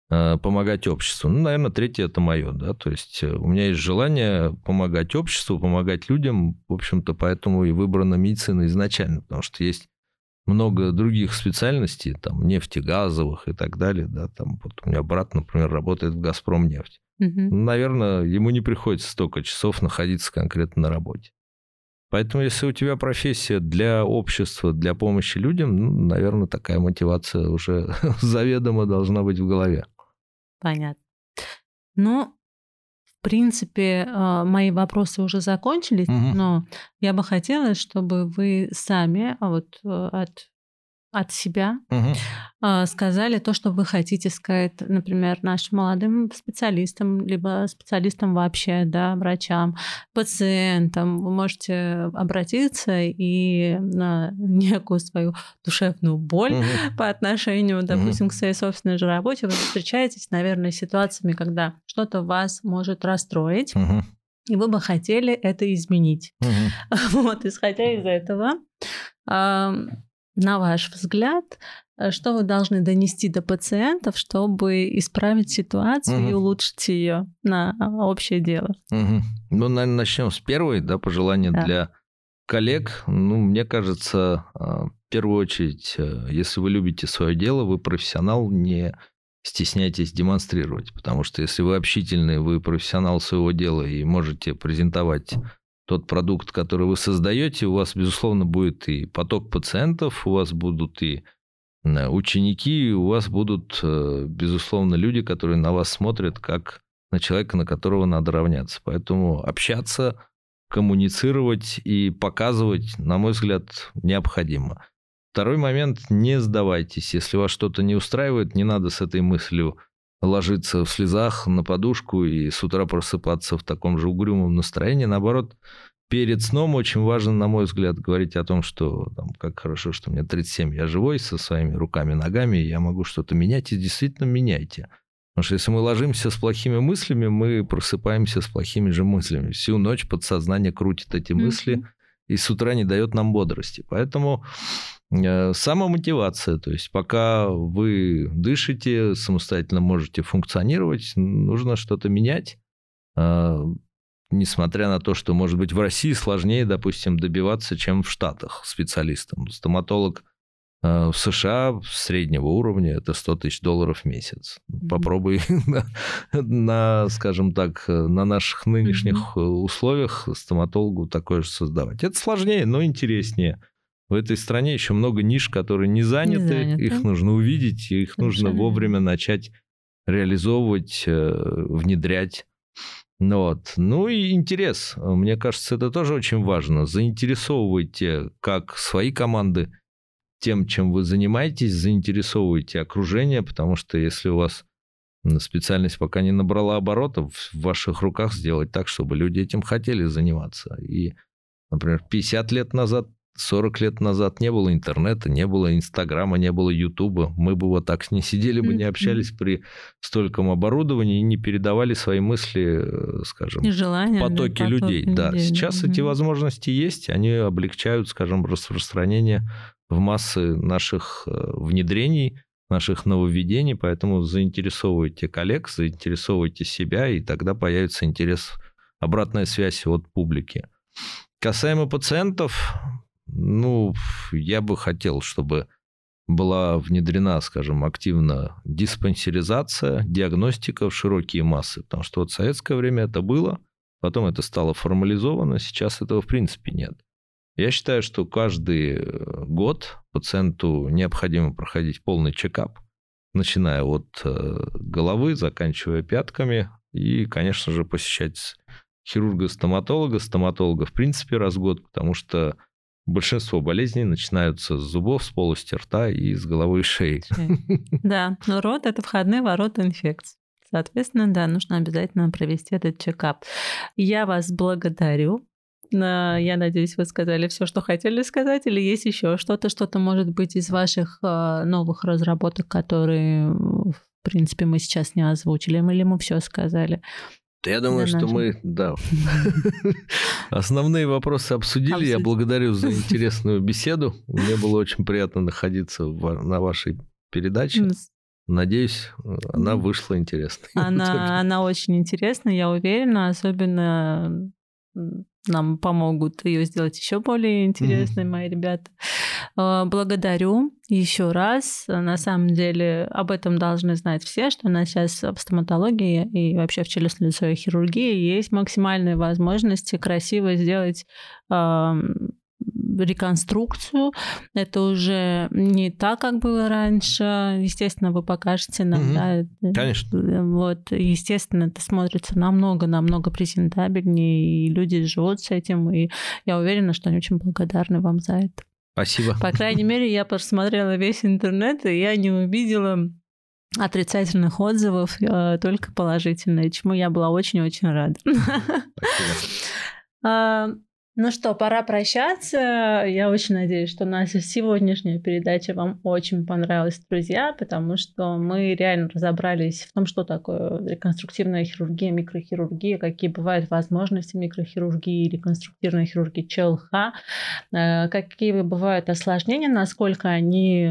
помогать обществу. Ну, наверное, третье – это мое, да, то есть у меня есть желание помогать обществу, помогать людям, в общем-то, поэтому и выбрана медицина изначально, потому что есть много других специальностей, там, нефтегазовых и так далее, да, там, вот у меня брат, например, работает в «Газпромнефть». Угу. Наверное, ему не приходится столько часов находиться конкретно на работе. Поэтому, если у тебя профессия для общества, для помощи людям, ну, наверное, такая мотивация уже заведомо должна быть в голове. Понятно. Ну, в принципе, мои вопросы уже закончились, угу. но я бы хотела, чтобы вы сами вот от, от себя угу. сказали то, что вы хотите сказать, например, нашим молодым специалистам, либо специалистам вообще, да, врачам, пациентам. Вы можете обратиться и на некую свою душевную боль угу. по отношению, допустим, угу. к своей собственной же работе. Вы встречаетесь, наверное, с ситуациями, когда что-то вас может расстроить, угу. и вы бы хотели это изменить. Угу. Вот, исходя из этого, на ваш взгляд, что вы должны донести до пациентов, чтобы исправить ситуацию угу. и улучшить ее на общее дело? Угу. Ну, наверное, начнем с первой, да, пожелания да. для коллег. Ну, мне кажется, в первую очередь, если вы любите свое дело, вы профессионал, не стесняйтесь демонстрировать, потому что если вы общительный, вы профессионал своего дела и можете презентовать тот продукт, который вы создаете, у вас, безусловно, будет и поток пациентов, у вас будут и ученики, у вас будут, безусловно, люди, которые на вас смотрят, как на человека, на которого надо равняться. Поэтому общаться, коммуницировать и показывать, на мой взгляд, необходимо. Второй момент – не сдавайтесь. Если вас что-то не устраивает, не надо с этой мыслью ложиться в слезах на подушку и с утра просыпаться в таком же угрюмом настроении. Наоборот, перед сном очень важно, на мой взгляд, говорить о том, что там, как хорошо, что мне тридцать семь, я живой, со своими руками, ногами, я могу что-то менять, и действительно меняйте. Потому что если мы ложимся с плохими мыслями, мы просыпаемся с плохими же мыслями. Всю ночь подсознание крутит эти мысли, mm-hmm. и с утра не дает нам бодрости. Поэтому самомотивация, то есть пока вы дышите, самостоятельно можете функционировать, нужно что-то менять, несмотря на то, что, может быть, в России сложнее, допустим, добиваться, чем в Штатах специалистам. Стоматолог в США среднего уровня – это сто тысяч долларов в месяц. Mm-hmm. Попробуй на, на, скажем так, на наших нынешних mm-hmm. условиях стоматологу такое же создавать. Это сложнее, но интереснее. В этой стране еще много ниш, которые не заняты, не заняты. Их нужно увидеть, их Совершенно. нужно вовремя начать реализовывать, внедрять. Вот. Ну и интерес. Мне кажется, это тоже очень важно. Заинтересовывайте как свои команды тем, чем вы занимаетесь, заинтересовывайте окружение, потому что если у вас специальность пока не набрала оборотов, в ваших руках сделать так, чтобы люди этим хотели заниматься. И, например, пятьдесят лет назад, сорок лет назад не было интернета, не было Инстаграма, не было Ютуба. Мы бы вот так не сидели бы, не общались при стольком оборудовании и не передавали свои мысли, скажем, в потоке да, людей. Да, людей. Сейчас mm-hmm. эти возможности есть, они облегчают, скажем, распространение в массы наших внедрений, наших нововведений, поэтому заинтересовывайте коллег, заинтересовывайте себя, и тогда появится интерес, обратная связь от публики. Касаемо пациентов, ну, я бы хотел, чтобы была внедрена, скажем, активно диспансеризация, диагностика в широкие массы, потому что вот в советское время это было, потом это стало формализовано, сейчас этого в принципе нет. Я считаю, что каждый год пациенту необходимо проходить полный чекап, начиная от головы, заканчивая пятками, и, конечно же, посещать хирурга-стоматолога, стоматолога в принципе раз в год, потому что большинство болезней начинаются с зубов, с полости рта и с головы и шеи. Да, но рот – это входные ворота инфекций. Соответственно, да, нужно обязательно провести этот чекап. Я вас благодарю. Я надеюсь, вы сказали все, что хотели сказать, или есть еще что-то, что-то может быть из ваших новых разработок, которые, в принципе, мы сейчас не озвучили, или мы все сказали? Я думаю, что мы, да, основные вопросы обсудили. Я благодарю за интересную беседу. Мне было очень приятно находиться на вашей передаче. Надеюсь, она вышла интересной. Она, она очень интересна, я уверена, особенно нам помогут ее сделать еще более интересной, mm-hmm. мои ребята. Благодарю еще раз. На самом деле об этом должны знать все, что у нас сейчас в стоматологии и вообще в челюстно-лицевой хирургии есть максимальные возможности красиво сделать реконструкцию. Это уже не так, как было раньше. Естественно, вы покажете нам, mm-hmm. да. Конечно. Вот, естественно, это смотрится намного-намного презентабельнее, и люди живут с этим, и я уверена, что они очень благодарны вам за это. Спасибо. По крайней мере, я просмотрела весь интернет, и я не увидела отрицательных отзывов, только положительные, чему я была очень-очень рада. Спасибо. Ну что, пора прощаться. Я очень надеюсь, что наша сегодняшняя передача вам очень понравилась, друзья, потому что мы реально разобрались в том, что такое реконструктивная хирургия, микрохирургия, какие бывают возможности микрохирургии, реконструктивной хирургии ЧЛХ, какие бывают осложнения, насколько они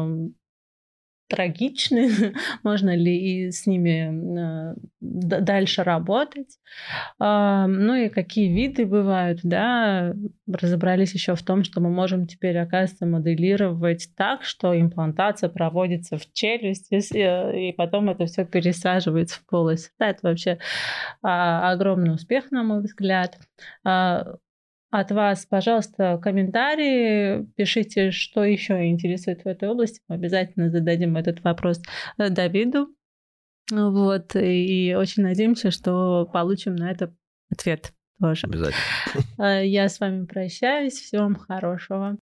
трагичны, можно ли и с ними дальше работать, ну и какие виды бывают, да, разобрались еще в том, что мы можем теперь, оказывается, моделировать так, что имплантация проводится в челюсть, и потом это все пересаживается в полость. Да, это вообще огромный успех, на мой взгляд. От вас, пожалуйста, комментарии, пишите, что еще интересует в этой области. Мы обязательно зададим этот вопрос Давиду. Вот, и очень надеемся, что получим на это ответ тоже. Обязательно. Я с вами прощаюсь. Всего вам хорошего.